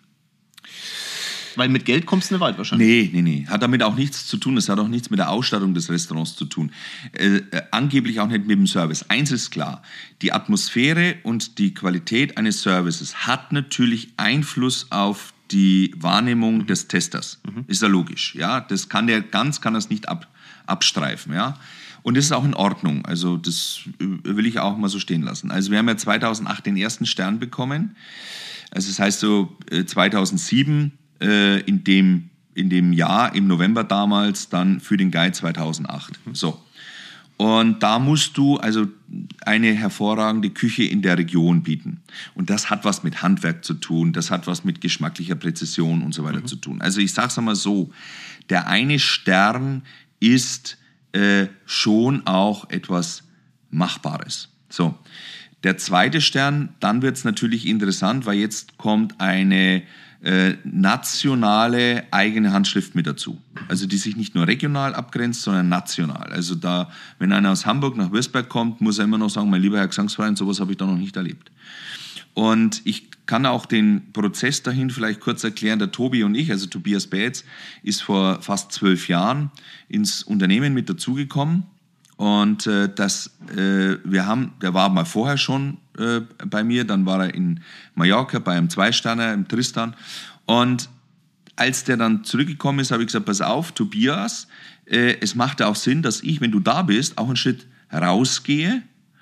Weil mit Geld kommst du nicht weit wahrscheinlich. Nee. Hat damit auch nichts zu tun. Es hat auch nichts mit der Ausstattung des Restaurants zu tun. Angeblich auch nicht mit dem Service. Eins ist klar, die Atmosphäre und die Qualität eines Services hat natürlich Einfluss auf die Wahrnehmung des Testers. Ist ja logisch. Ja? Das kann das nicht abstreifen. Ja? Und das ist auch in Ordnung. Also das will ich auch mal so stehen lassen. Also wir haben ja 2008 den 1. Stern bekommen. Also das heißt so 2007 in dem Jahr, im November damals, dann für den Guide 2008. So. Und da musst du also eine hervorragende Küche in der Region bieten. Und das hat was mit Handwerk zu tun, das hat was mit geschmacklicher Präzision und so weiter zu tun. Also ich sage es einmal so, der eine Stern ist schon auch etwas Machbares. So. Der 2. Stern, dann wird es natürlich interessant, weil jetzt kommt eine nationale eigene Handschrift mit dazu. Also die sich nicht nur regional abgrenzt, sondern national. Also da, wenn einer aus Hamburg nach Würzburg kommt, muss er immer noch sagen, mein lieber Herr Gesangsverein, sowas habe ich da noch nicht erlebt. Und ich kann auch den Prozess dahin vielleicht kurz erklären. Der Tobi und ich, also Tobias Baetz, ist vor fast 12 Jahren ins Unternehmen mit dazugekommen. Und der war mal vorher schon bei mir, dann war er in Mallorca bei einem 2-Sterner im Tristan. Und als der dann zurückgekommen ist, habe ich gesagt, pass auf, Tobias, es macht ja auch Sinn, dass ich, wenn du da bist, auch einen Schritt rausgehe,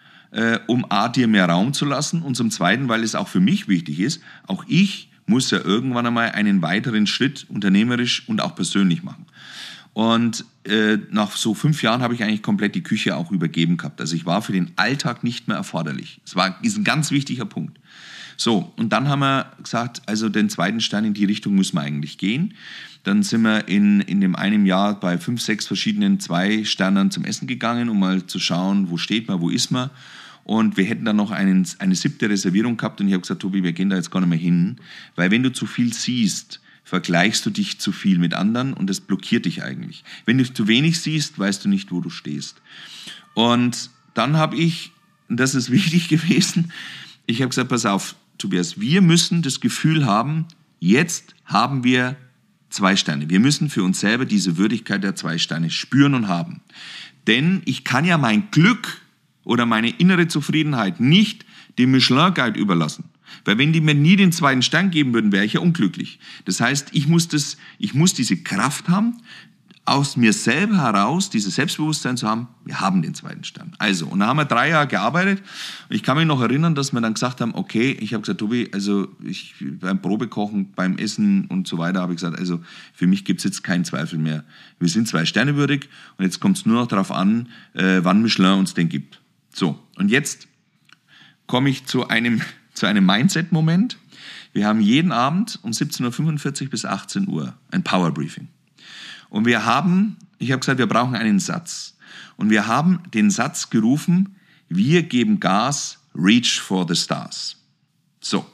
um A, dir mehr Raum zu lassen und zum Zweiten, weil es auch für mich wichtig ist, auch ich muss ja irgendwann einmal einen weiteren Schritt unternehmerisch und auch persönlich machen. Und nach so 5 Jahren habe ich eigentlich komplett die Küche auch übergeben gehabt. Also ich war für den Alltag nicht mehr erforderlich. Ist ein ganz wichtiger Punkt. So, und dann haben wir gesagt, also den 2. Stern in die Richtung müssen wir eigentlich gehen. Dann sind wir in dem einen Jahr bei 5, 6 verschiedenen 2-Sternern zum Essen gegangen, um mal zu schauen, wo steht man, wo ist man. Und wir hätten dann noch eine 7. Reservierung gehabt und ich habe gesagt, Tobi, wir gehen da jetzt gar nicht mehr hin, weil wenn du zu viel siehst, vergleichst du dich zu viel mit anderen und das blockiert dich eigentlich. Wenn du zu wenig siehst, weißt du nicht, wo du stehst. Und dann habe ich, und das ist wichtig gewesen, ich habe gesagt, pass auf, Tobias, wir müssen das Gefühl haben, jetzt haben wir 2 Sterne. Wir müssen für uns selber diese Würdigkeit der 2 Sterne spüren und haben. Denn ich kann ja mein Glück oder meine innere Zufriedenheit nicht dem Michelin Guide überlassen. Weil wenn die mir nie den 2. Stern geben würden, wäre ich ja unglücklich. Das heißt, ich muss diese Kraft haben, aus mir selber heraus dieses Selbstbewusstsein zu haben, wir haben den 2. Stern. Also, und da haben wir 3 Jahre gearbeitet. Und ich kann mich noch erinnern, dass wir dann gesagt haben, okay, ich habe gesagt, Tobi, also beim Probekochen, beim Essen und so weiter, habe ich gesagt, also für mich gibt es jetzt keinen Zweifel mehr. Wir sind 2 Sterne würdig und jetzt kommt es nur noch darauf an, wann Michelin uns den gibt. So, und jetzt komme ich zu einem Mindset-Moment. Wir haben jeden Abend um 17.45 Uhr bis 18 Uhr ein Power-Briefing. Und ich habe gesagt, wir brauchen einen Satz. Und wir haben den Satz gerufen, wir geben Gas, reach for the stars. So.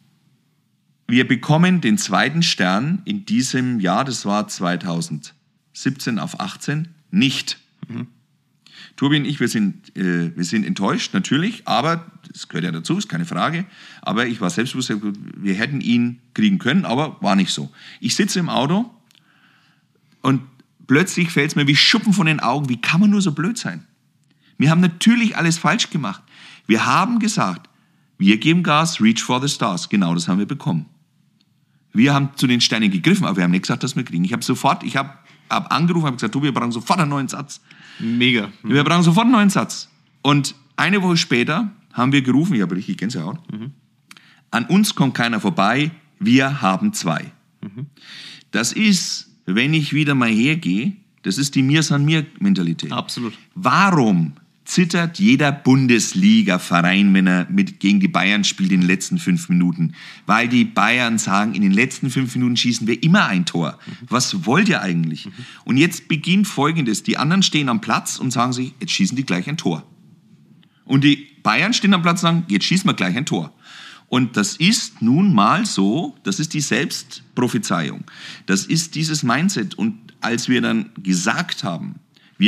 Wir bekommen den 2. Stern in diesem Jahr, das war 2010, 17 auf 18 nicht. Tobi und ich, wir sind enttäuscht, natürlich, aber das gehört ja dazu, ist keine Frage. Aber ich war selbstbewusst, wir hätten ihn kriegen können, aber war nicht so. Ich sitze im Auto und plötzlich fällt es mir wie Schuppen von den Augen, wie kann man nur so blöd sein? Wir haben natürlich alles falsch gemacht. Wir haben gesagt, wir geben Gas, reach for the stars. Genau das haben wir bekommen. Wir haben zu den Sternen gegriffen, aber wir haben nicht gesagt, dass wir kriegen. Ich habe angerufen, habe gesagt, Tobi, wir brauchen sofort einen neuen Satz. Mega. Wir brauchen sofort einen neuen Satz. Und eine Woche später haben wir gerufen, ich habe richtig Gänsehaut, an uns kommt keiner vorbei, wir haben 2. Das ist, wenn ich wieder mal hergehe, das ist die Mir-San-Mir-Mentalität. Absolut. Warum zittert jeder Bundesliga-Verein, wenn er gegen die Bayern spielt in den letzten 5 Minuten? Weil die Bayern sagen, in den letzten 5 Minuten schießen wir immer ein Tor. Was wollt ihr eigentlich? Und jetzt beginnt Folgendes. Die anderen stehen am Platz und sagen sich, jetzt schießen die gleich ein Tor. Und die Bayern stehen am Platz und sagen, jetzt schießen wir gleich ein Tor. Und das ist nun mal so, das ist die Selbstprophezeiung. Das ist dieses Mindset. Und als wir dann gesagt haben,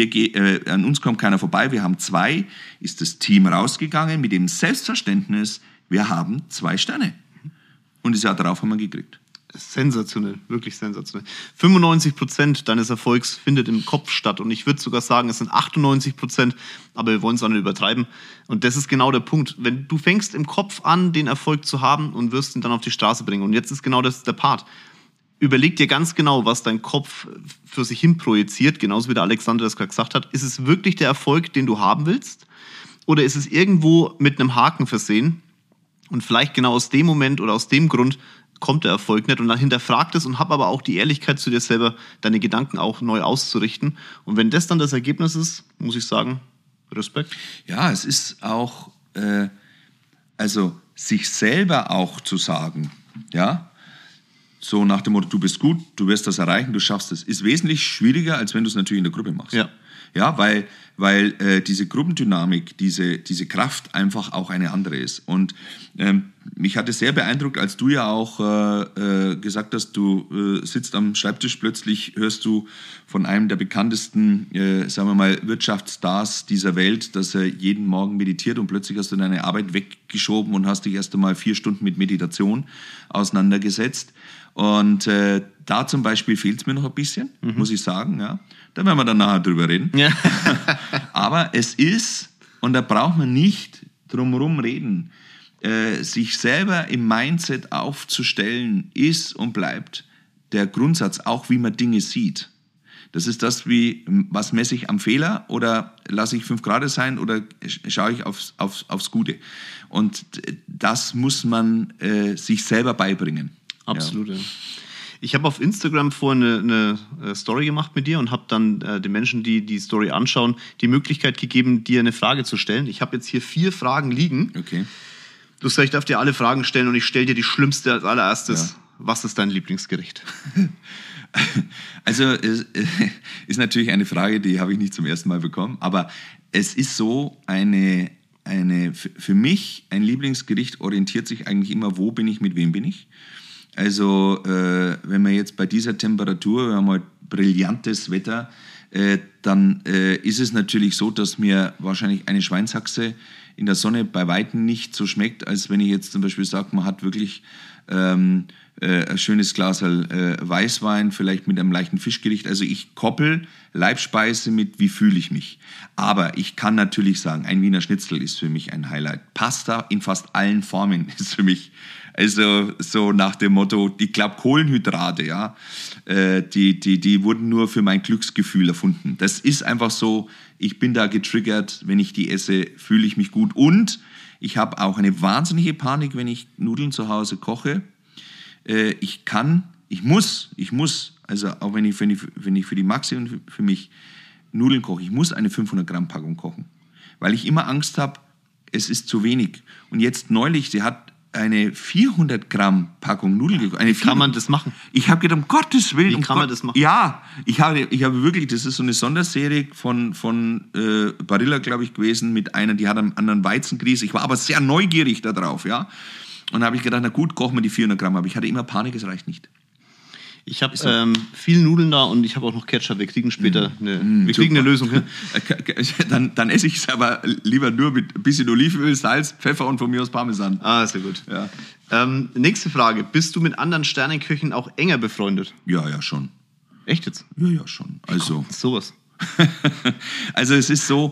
an uns kommt keiner vorbei, wir haben 2, ist das Team rausgegangen mit dem Selbstverständnis, wir haben 2 Sterne. Und das Jahr darauf haben wir gekriegt. Sensationell, wirklich sensationell. 95% deines Erfolgs findet im Kopf statt und ich würde sogar sagen, es sind 98%, aber wir wollen es auch nicht übertreiben. Und das ist genau der Punkt. Wenn du fängst im Kopf an, den Erfolg zu haben und wirst ihn dann auf die Straße bringen. Und jetzt ist genau das der Part. Überleg dir ganz genau, was dein Kopf für sich hin projiziert, genauso wie der Alexander das gerade gesagt hat. Ist es wirklich der Erfolg, den du haben willst? Oder ist es irgendwo mit einem Haken versehen? Und vielleicht genau aus dem Moment oder aus dem Grund kommt der Erfolg nicht. Und dann hinterfragt es und hab aber auch die Ehrlichkeit zu dir selber, deine Gedanken auch neu auszurichten. Und wenn das dann das Ergebnis ist, muss ich sagen, Respekt. Ja, es ist auch, sich selber auch zu sagen, ja, so nach dem Motto, du bist gut, du wirst das erreichen, du schaffst es, ist wesentlich schwieriger, als wenn du es natürlich in der Gruppe machst. Ja, weil diese Gruppendynamik, diese Kraft einfach auch eine andere ist. Und mich hat es sehr beeindruckt, als du ja auch gesagt hast, du sitzt am Schreibtisch, plötzlich hörst du von einem der bekanntesten, sagen wir mal, Wirtschaftsstars dieser Welt, dass er jeden Morgen meditiert und plötzlich hast du deine Arbeit weggeschoben und hast dich erst einmal 4 Stunden mit Meditation auseinandergesetzt. Und da zum Beispiel fehlt es mir noch ein bisschen, muss ich sagen. Ja. Da werden wir dann nachher drüber reden. Ja. Aber es ist, und da braucht man nicht drumherum reden, sich selber im Mindset aufzustellen, ist und bleibt der Grundsatz, auch wie man Dinge sieht. Das ist das wie, was messe ich am Fehler oder lasse ich 5 Grad sein oder schaue ich aufs Gute. Und das muss man sich selber beibringen. Absolut, ja. Ich habe auf Instagram vorhin eine Story gemacht mit dir und habe dann den Menschen, die die Story anschauen, die Möglichkeit gegeben, dir eine Frage zu stellen. Ich habe jetzt hier 4 Fragen liegen. Okay. Du sagst, ich darf dir alle Fragen stellen und ich stelle dir die schlimmste als allererstes. Ja. Was ist dein Lieblingsgericht? Also ist natürlich eine Frage, die habe ich nicht zum ersten Mal bekommen, aber es ist so für mich ein Lieblingsgericht orientiert sich eigentlich immer, wo bin ich, mit wem bin ich. Also wenn wir jetzt bei dieser Temperatur, wir haben heute brillantes Wetter, dann ist es natürlich so, dass mir wahrscheinlich eine Schweinshaxe in der Sonne bei Weitem nicht so schmeckt, als wenn ich jetzt zum Beispiel sage, man hat wirklich ein schönes Glas Weißwein, vielleicht mit einem leichten Fischgericht. Also ich koppel Leibspeise mit, wie fühle ich mich. Aber ich kann natürlich sagen, ein Wiener Schnitzel ist für mich ein Highlight. Pasta in fast allen Formen ist für mich, also so nach dem Motto, ich glaube Kohlenhydrate, ja, die wurden nur für mein Glücksgefühl erfunden. Das ist einfach so, ich bin da getriggert, wenn ich die esse, fühle ich mich gut. Und ich habe auch eine wahnsinnige Panik, wenn ich Nudeln zu Hause koche. Ich muss, also auch wenn ich für die Maxi und für mich Nudeln koche, ich muss eine 500 Gramm Packung kochen, weil ich immer Angst habe, es ist zu wenig. Und jetzt neulich, sie hat eine 400 Gramm Packung Nudeln gekocht. Wie kann man das machen? Ich habe gedacht, um Gottes Willen. Wie kann man das machen? Ja, ich habe wirklich, das ist so eine Sonderserie von Barilla, glaube ich, gewesen, mit einer, die hat einen anderen Weizengrieß. Ich war aber sehr neugierig darauf, ja. Und da habe ich gedacht, na gut, kochen wir die 400 Gramm. Aber ich hatte immer Panik, es reicht nicht. Ich habe viel Nudeln da und ich habe auch noch Ketchup. Wir kriegen später eine Lösung hin. Dann esse ich es aber lieber nur mit ein bisschen Olivenöl, Salz, Pfeffer und von mir aus Parmesan. Sehr gut. Ja. Nächste Frage. Bist du mit anderen Sterneköchen auch enger befreundet? Ja, schon. Echt jetzt? Ja, schon. Also sowas. Also es ist so,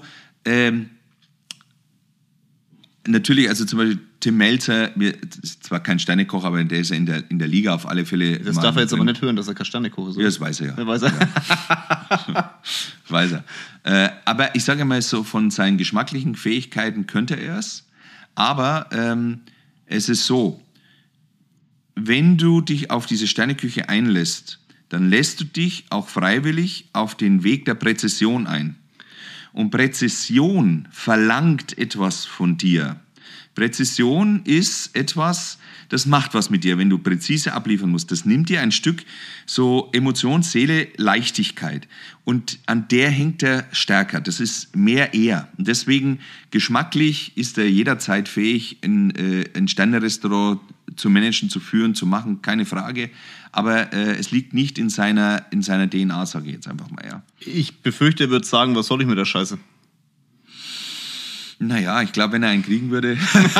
natürlich, also zum Beispiel Tim Melzer, ist zwar kein Sternekoch, aber der ist ja in der Liga auf alle Fälle. Das darf er jetzt aber nicht hören, dass er kein Sternekoch ist. Ja, das weiß er ja. Das weiß er. Weiß er. Aber ich sage mal so, von seinen geschmacklichen Fähigkeiten könnte er es. Aber es ist so, wenn du dich auf diese Sterneküche einlässt, dann lässt du dich auch freiwillig auf den Weg der Präzision ein. Und Präzision verlangt etwas von dir. Präzision ist etwas, das macht was mit dir, wenn du präzise abliefern musst. Das nimmt dir ein Stück so Emotion, Seele, Leichtigkeit. Und an der hängt er stärker. Das ist mehr er. Und deswegen geschmacklich ist er jederzeit fähig, ein Sterne-Restaurant zu managen, zu führen, zu machen, keine Frage. Aber es liegt nicht in seiner DNA, sage ich jetzt einfach mal. Ja. Ich befürchte, er wird sagen, was soll ich mit der Scheiße? Naja, ich glaube, wenn er einen kriegen würde.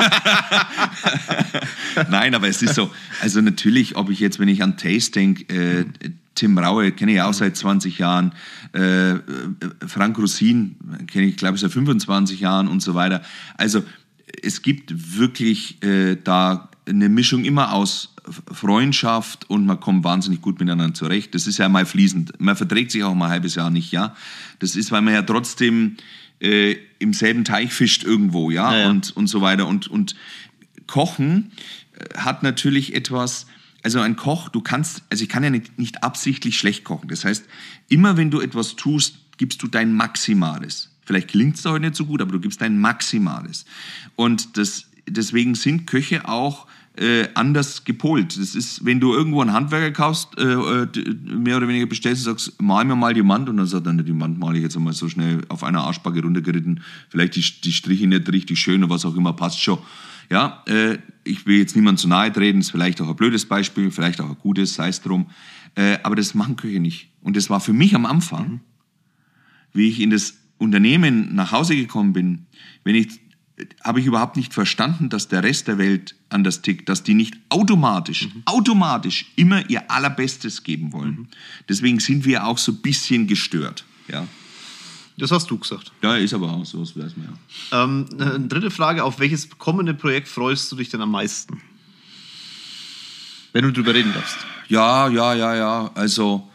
Nein, aber es ist so. Also natürlich, ob ich jetzt, wenn ich an Taste denke, Tim Raue kenne ich auch seit 20 Jahren, Frank Rosin kenne ich, glaube ich, seit 25 Jahren und so weiter. Also es gibt wirklich da eine Mischung immer aus Freundschaft und man kommt wahnsinnig gut miteinander zurecht. Das ist ja mal fließend. Man verträgt sich auch mal ein halbes Jahr nicht, ja. Das ist, weil man ja trotzdem im selben Teich fischt irgendwo, ja. Und so weiter. Und Kochen hat natürlich etwas, also ein Koch, ich kann ja nicht absichtlich schlecht kochen. Das heißt, immer wenn du etwas tust, gibst du dein Maximales. Vielleicht gelingt es dir heute nicht so gut, aber du gibst dein Maximales. Und deswegen sind Köche auch anders gepolt. Das ist, wenn du irgendwo einen Handwerker kaufst, mehr oder weniger bestellst und sagst, mal mir mal die Wand, und dann sagt er, die Wand male ich jetzt einmal so schnell auf einer Arschbacke runtergeritten, vielleicht die Striche nicht richtig schön und was auch immer, passt schon. Ja, ich will jetzt niemandem zu nahe treten, ist vielleicht auch ein blödes Beispiel, vielleicht auch ein gutes, sei es drum, aber das machen Köche nicht. Und das war für mich am Anfang, wie ich in das Unternehmen nach Hause gekommen bin, habe ich überhaupt nicht verstanden, dass der Rest der Welt anders tickt, dass die nicht automatisch immer ihr Allerbestes geben wollen. Deswegen sind wir auch so ein bisschen gestört. Ja. Das hast du gesagt. Ja, ist aber auch so, das weiß man ja. Eine dritte Frage, auf welches kommende Projekt freust du dich denn am meisten? Wenn du drüber reden darfst. Ja. Also,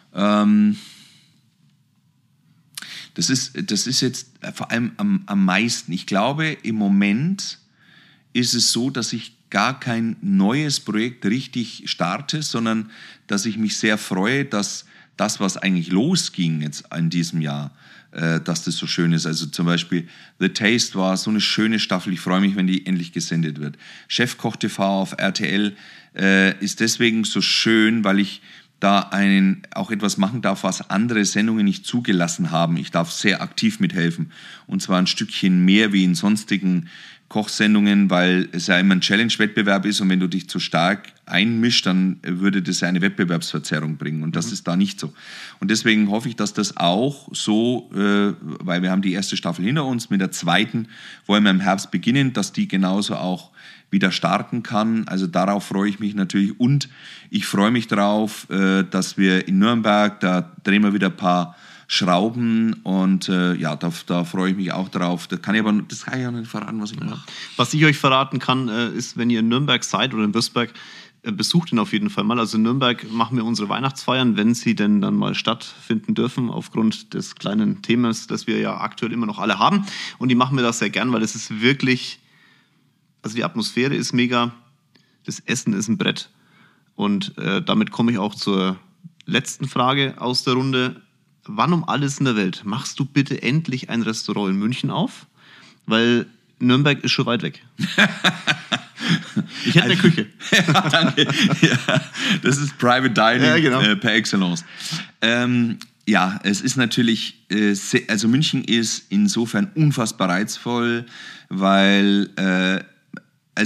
das ist jetzt vor allem am meisten. Ich glaube, im Moment ist es so, dass ich gar kein neues Projekt richtig starte, sondern dass ich mich sehr freue, dass das, was eigentlich losging jetzt in diesem Jahr, dass das so schön ist. Also zum Beispiel The Taste war so eine schöne Staffel. Ich freue mich, wenn die endlich gesendet wird. Chefkoch TV auf RTL ist deswegen so schön, weil ich da auch etwas machen darf, was andere Sendungen nicht zugelassen haben. Ich darf sehr aktiv mithelfen. Und zwar ein Stückchen mehr wie in sonstigen Kochsendungen, weil es ja immer ein Challenge-Wettbewerb ist und wenn du dich zu stark einmischst, dann würde das ja eine Wettbewerbsverzerrung bringen und das ist da nicht so. Und deswegen hoffe ich, dass das auch so, weil wir haben die erste Staffel hinter uns, mit der zweiten wollen wir im Herbst beginnen, dass die genauso auch wieder starten kann. Also darauf freue ich mich natürlich und ich freue mich darauf, dass wir in Nürnberg, da drehen wir wieder ein paar Schrauben und da freue ich mich auch drauf. Das kann ich auch nicht verraten, was ich mache. Was ich euch verraten kann, ist, wenn ihr in Nürnberg seid oder in Würzburg, besucht ihn auf jeden Fall mal. Also in Nürnberg machen wir unsere Weihnachtsfeiern, wenn sie denn dann mal stattfinden dürfen, aufgrund des kleinen Themas, das wir ja aktuell immer noch alle haben. Und die machen wir das sehr gern, weil es ist wirklich, also die Atmosphäre ist mega, das Essen ist ein Brett. Und damit komme ich auch zur letzten Frage aus der Runde. Wann um alles in der Welt machst du bitte endlich ein Restaurant in München auf? Weil Nürnberg ist schon weit weg. Ich hätte eine Küche. Ja, danke. Ja, das ist Private Dining ja, genau. Per Excellence. Ja, es ist natürlich, also München ist insofern unfassbar reizvoll, weil, also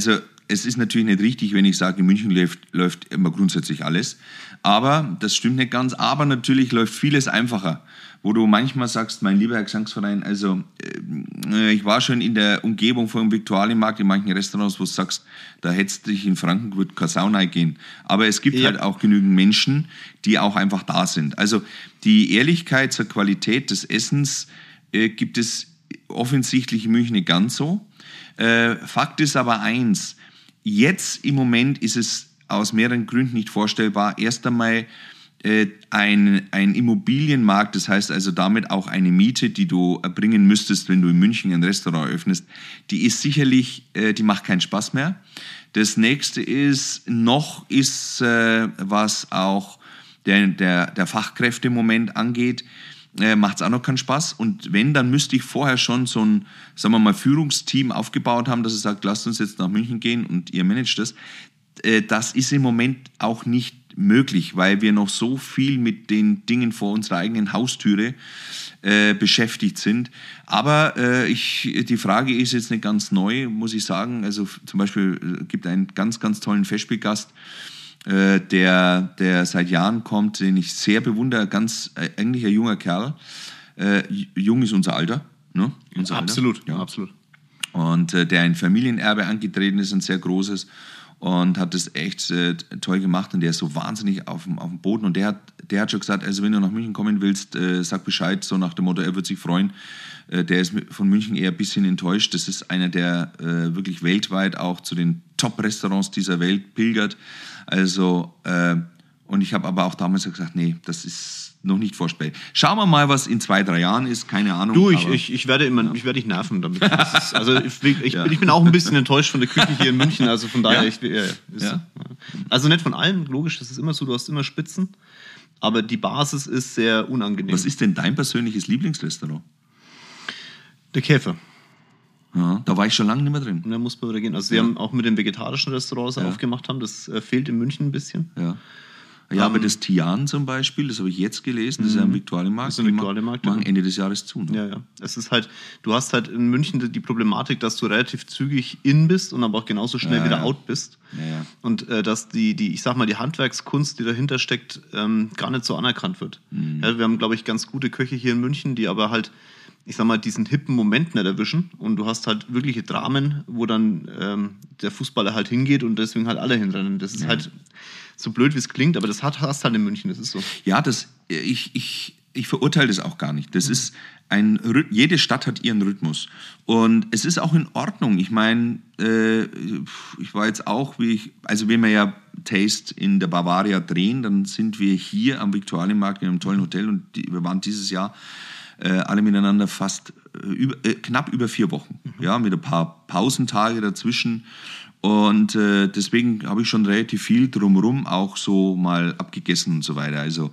es ist natürlich nicht richtig, wenn ich sage, in München läuft immer grundsätzlich alles. Aber das stimmt nicht ganz. Aber natürlich läuft vieles einfacher. Wo du manchmal sagst, mein lieber Herr Gesangsverein, also ich war schon in der Umgebung vom Viktualienmarkt in manchen Restaurants, wo du sagst, da hättest du dich in Frankfurt keine Sauna gehen. Aber es gibt halt auch genügend Menschen, die auch einfach da sind. Also die Ehrlichkeit zur Qualität des Essens gibt es offensichtlich in München nicht ganz so. Fakt ist aber eins, jetzt im Moment ist es aus mehreren Gründen nicht vorstellbar. Erst einmal ein Immobilienmarkt, das heißt also damit auch eine Miete, die du erbringen müsstest, wenn du in München ein Restaurant eröffnest, die ist sicherlich, die macht keinen Spaß mehr. Das nächste ist, was auch der Fachkräfte im Moment angeht, macht es auch noch keinen Spaß. Und wenn, dann müsste ich vorher schon so ein, sagen wir mal, Führungsteam aufgebaut haben, dass es sagt, lasst uns jetzt nach München gehen und ihr managt das. Das ist im Moment auch nicht möglich, weil wir noch so viel mit den Dingen vor unserer eigenen Haustüre beschäftigt sind. Aber die Frage ist jetzt nicht ganz neu, muss ich sagen. Also zum Beispiel gibt einen ganz, ganz tollen Festspielgast, der seit Jahren kommt, den ich sehr bewundere, eigentlich ein junger Kerl. Jung ist unser Alter. Ne? Absolut, Alter. Ja. Absolut. Und der ein Familienerbe angetreten ist, ein sehr großes, und hat das echt toll gemacht, und der ist so wahnsinnig auf dem Boden, und der hat schon gesagt, also wenn du nach München kommen willst, sag Bescheid, so nach dem Motto, er wird sich freuen. Der ist von München eher ein bisschen enttäuscht. Das ist einer, der wirklich weltweit auch zu den Top-Restaurants dieser Welt pilgert. Also, und ich habe aber auch damals gesagt, nee, das ist noch nicht vorstellbar. Schauen wir mal, was in 2-3 Jahren ist, keine Ahnung. Du, ich werde dich nerven damit. Ich bin auch ein bisschen enttäuscht von der Küche hier in München, also von daher, also nicht von allen, logisch, das ist immer so, du hast immer Spitzen, aber die Basis ist sehr unangenehm. Was ist denn dein persönliches Lieblingsrestaurant? Der Käfer. Ja, da war ich schon lange nicht mehr drin. Und da muss man wieder gehen. Also sie haben auch mit den vegetarischen Restaurants aufgemacht haben, das fehlt in München ein bisschen. Ja, aber das Tian zum Beispiel, das habe ich jetzt gelesen, das ist ja im Viktualienmarkt. Das ist ein Viktualienmarkt, machen Ende des Jahres zu. Ne? Ja. Es ist halt, du hast halt in München die Problematik, dass du relativ zügig in bist und aber auch genauso schnell wieder out bist. Ja. Und dass ich sag mal, die Handwerkskunst, die dahinter steckt, gar nicht so anerkannt wird. Ja, wir haben, glaube ich, ganz gute Köche hier in München, die aber halt, ich sag mal, diesen hippen Moment nicht erwischen, und du hast halt wirkliche Dramen, wo dann der Fußballer halt hingeht und deswegen halt alle hinrennen. Das ist halt so blöd, wie es klingt, aber das hast halt in München, das ist so. Ja, ich verurteile das auch gar nicht. Das ist jede Stadt hat ihren Rhythmus, und es ist auch in Ordnung. Ich meine, ich war jetzt auch, wenn wir ja Taste in der Bavaria drehen, dann sind wir hier am Viktualienmarkt in einem tollen Hotel, und wir waren dieses Jahr alle miteinander fast knapp über 4 Wochen, mit ein paar Pausentage dazwischen. Und deswegen habe ich schon relativ viel drumherum auch so mal abgegessen und so weiter. Also,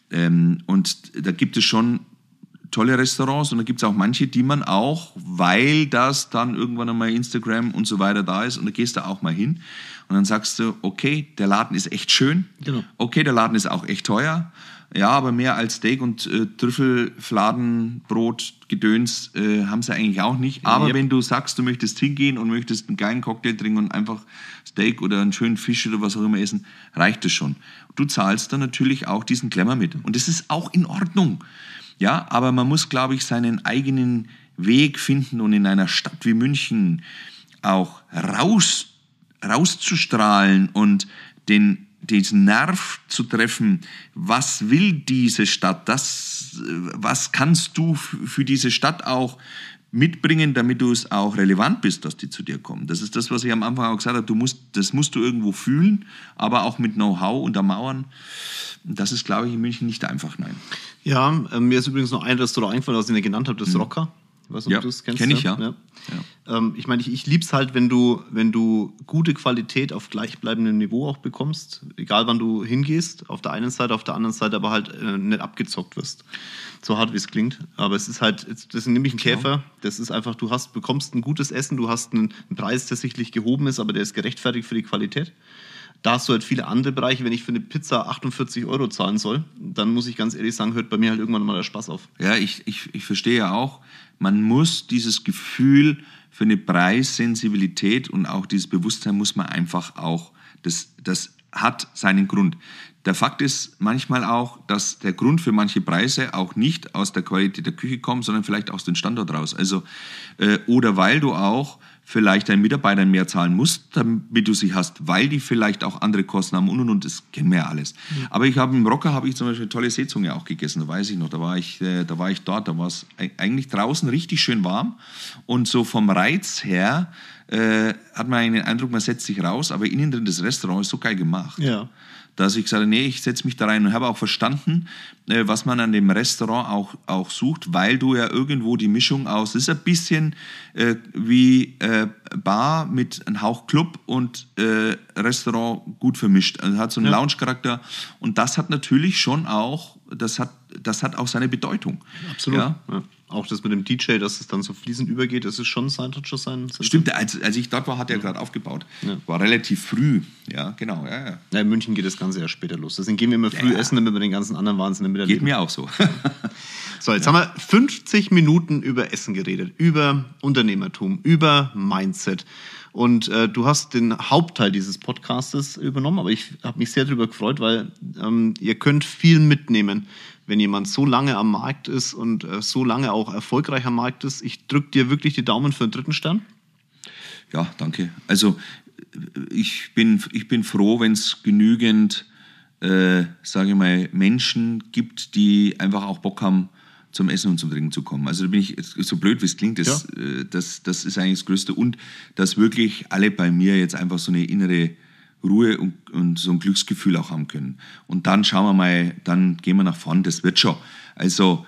und da gibt es schon tolle Restaurants, und da gibt es auch manche, die man auch, weil das dann irgendwann einmal Instagram und so weiter da ist, und da gehst du auch mal hin und dann sagst du, okay, der Laden ist echt schön, okay, der Laden ist auch echt teuer, ja, aber mehr als Steak und Trüffelfladenbrot, Gedöns haben sie eigentlich auch nicht. Aber wenn du sagst, du möchtest hingehen und möchtest einen geilen Cocktail trinken und einfach Steak oder einen schönen Fisch oder was auch immer essen, reicht das schon. Du zahlst dann natürlich auch diesen Glamour mit. Und das ist auch in Ordnung. Ja, aber man muss, glaube ich, seinen eigenen Weg finden, und in einer Stadt wie München auch rauszustrahlen und diesen Nerv zu treffen, was will diese Stadt, was kannst du für diese Stadt auch mitbringen, damit du es auch relevant bist, dass die zu dir kommen. Das ist das, was ich am Anfang auch gesagt habe, das musst du irgendwo fühlen, aber auch mit Know-how untermauern. Das ist, glaube ich, in München nicht einfach, nein. Ja, mir ist übrigens noch ein Restaurant eingefallen, das ich nicht genannt habe, das Rocker. Ich weiß nicht, ob du es kennst. Kenn ich, ja. Ich meine, ich liebe es halt, wenn du gute Qualität auf gleichbleibendem Niveau auch bekommst, egal wann du hingehst, auf der einen Seite, auf der anderen Seite aber halt nicht abgezockt wirst. So hart, wie es klingt. Aber es ist halt, das ist nämlich ein Käfer, das ist einfach, bekommst ein gutes Essen, du hast einen Preis, der sichtlich gehoben ist, aber der ist gerechtfertigt für die Qualität. da hast du halt viele andere Bereiche. Wenn ich für eine Pizza 48 € zahlen soll, dann muss ich ganz ehrlich sagen, hört bei mir halt irgendwann mal der Spaß auf. Ja, ich verstehe ja auch, man muss dieses Gefühl für eine Preissensibilität und auch dieses Bewusstsein muss man einfach auch, das hat seinen Grund. Der Fakt ist manchmal auch, dass der Grund für manche Preise auch nicht aus der Qualität der Küche kommt, sondern vielleicht aus dem Standort raus. Also, oder weil du auch vielleicht deinen Mitarbeitern mehr zahlen musst, damit du sie hast, weil die vielleicht auch andere Kosten haben und, das kennen wir ja alles. Mhm. Aber im Rocker habe ich zum Beispiel eine tolle Seezunge auch gegessen, da weiß ich noch, da war ich dort, da war es eigentlich draußen richtig schön warm und so vom Reiz her hat man den Eindruck, man setzt sich raus, aber innen drin das Restaurant ist so geil gemacht. Ja. Dass ich gesagt habe, nee, ich setze mich da rein und habe auch verstanden, was man an dem Restaurant auch sucht, weil du ja irgendwo die Mischung aus, das ist ein bisschen wie Bar mit einem Hauch Club und Restaurant gut vermischt. Also hat so einen Lounge-Charakter und das hat natürlich schon auch, das hat auch seine Bedeutung. Absolut. Ja? Ja. Auch das mit dem DJ, dass es dann so fließend übergeht, das ist schon sein. Stimmt, als ich dort war, hat er gerade aufgebaut. Ja. War relativ früh. Ja, genau. Ja. Ja, in München geht das Ganze ja später los. Deswegen gehen wir immer früh essen, damit wir den ganzen anderen Wahnsinn miterleben. Geht mir auch so. So, jetzt haben wir 50 Minuten über Essen geredet, über Unternehmertum, über Mindset. Und du hast den Hauptteil dieses Podcastes übernommen, aber ich habe mich sehr darüber gefreut, weil ihr könnt viel mitnehmen, wenn jemand so lange am Markt ist und so lange auch erfolgreich am Markt ist. Ich drücke dir wirklich die Daumen für den 3. Stern. Ja, danke. Also ich bin froh, wenn es genügend, sage ich mal, Menschen gibt, die einfach auch Bock haben, zum Essen und zum Trinken zu kommen. Also da bin ich, so blöd wie es klingt, das ist eigentlich das Größte. Und dass wirklich alle bei mir jetzt einfach so eine innere Ruhe und so ein Glücksgefühl auch haben können. Und dann schauen wir mal, dann gehen wir nach vorne, das wird schon. Also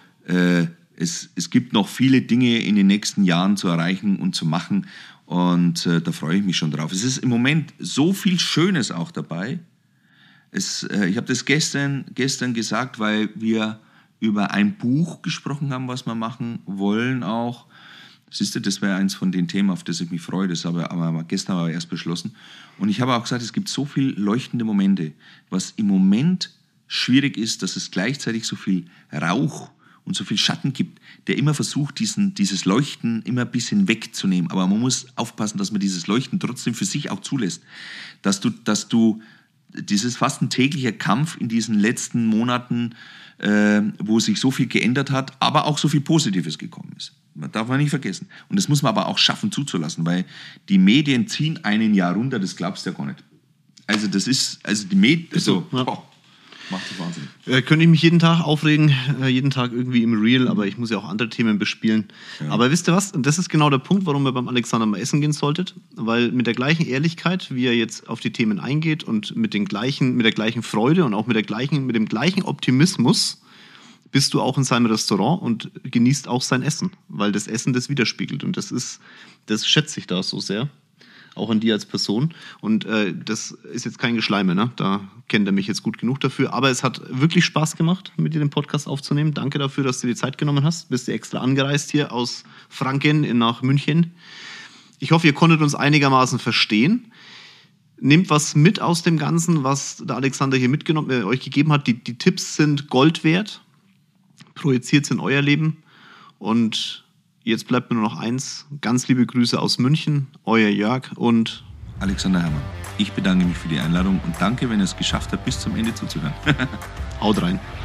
es gibt noch viele Dinge in den nächsten Jahren zu erreichen und zu machen und da freue ich mich schon drauf. Es ist im Moment so viel Schönes auch dabei. Ich habe das gestern gesagt, weil wir über ein Buch gesprochen haben, was wir machen wollen auch. Siehst du, das wäre eins von den Themen, auf das ich mich freue. Das habe ich gestern aber erst beschlossen. Und ich habe auch gesagt, es gibt so viele leuchtende Momente. Was im Moment schwierig ist, dass es gleichzeitig so viel Rauch und so viel Schatten gibt, der immer versucht, dieses Leuchten immer ein bisschen wegzunehmen. Aber man muss aufpassen, dass man dieses Leuchten trotzdem für sich auch zulässt. Dass du dieses fast ein täglicher Kampf in diesen letzten Monaten, wo sich so viel geändert hat, aber auch so viel Positives gekommen ist. Das darf man nicht vergessen. Und das muss man aber auch schaffen zuzulassen, weil die Medien ziehen einen Jahr runter, das glaubst du ja gar nicht. Also das ist, die Medien, macht das wahnsinnig. Könnte ich mich jeden Tag aufregen, jeden Tag irgendwie im Reel, aber ich muss ja auch andere Themen bespielen. Ja. Aber wisst ihr was? Und das ist genau der Punkt, warum ihr beim Alexander mal essen gehen solltet, weil mit der gleichen Ehrlichkeit, wie er jetzt auf die Themen eingeht und mit der gleichen Freude und auch mit dem gleichen Optimismus bist du auch in seinem Restaurant und genießt auch sein Essen, weil das Essen das widerspiegelt und das schätze ich da so sehr. Auch an dir als Person. Und das ist jetzt kein Geschleime, ne? Da kennt er mich jetzt gut genug dafür. Aber es hat wirklich Spaß gemacht, mit dir den Podcast aufzunehmen. Danke dafür, dass du dir die Zeit genommen hast. Bist du extra angereist hier aus Franken nach München. Ich hoffe, ihr konntet uns einigermaßen verstehen. Nehmt was mit aus dem Ganzen, was der Alexander hier euch gegeben hat. Die Tipps sind Gold wert. Projiziert es in euer Leben. Und jetzt bleibt mir nur noch eins. Ganz liebe Grüße aus München, euer Jörg und Alexander Herrmann. Ich bedanke mich für die Einladung und danke, wenn ihr es geschafft habt, bis zum Ende zuzuhören. Haut rein.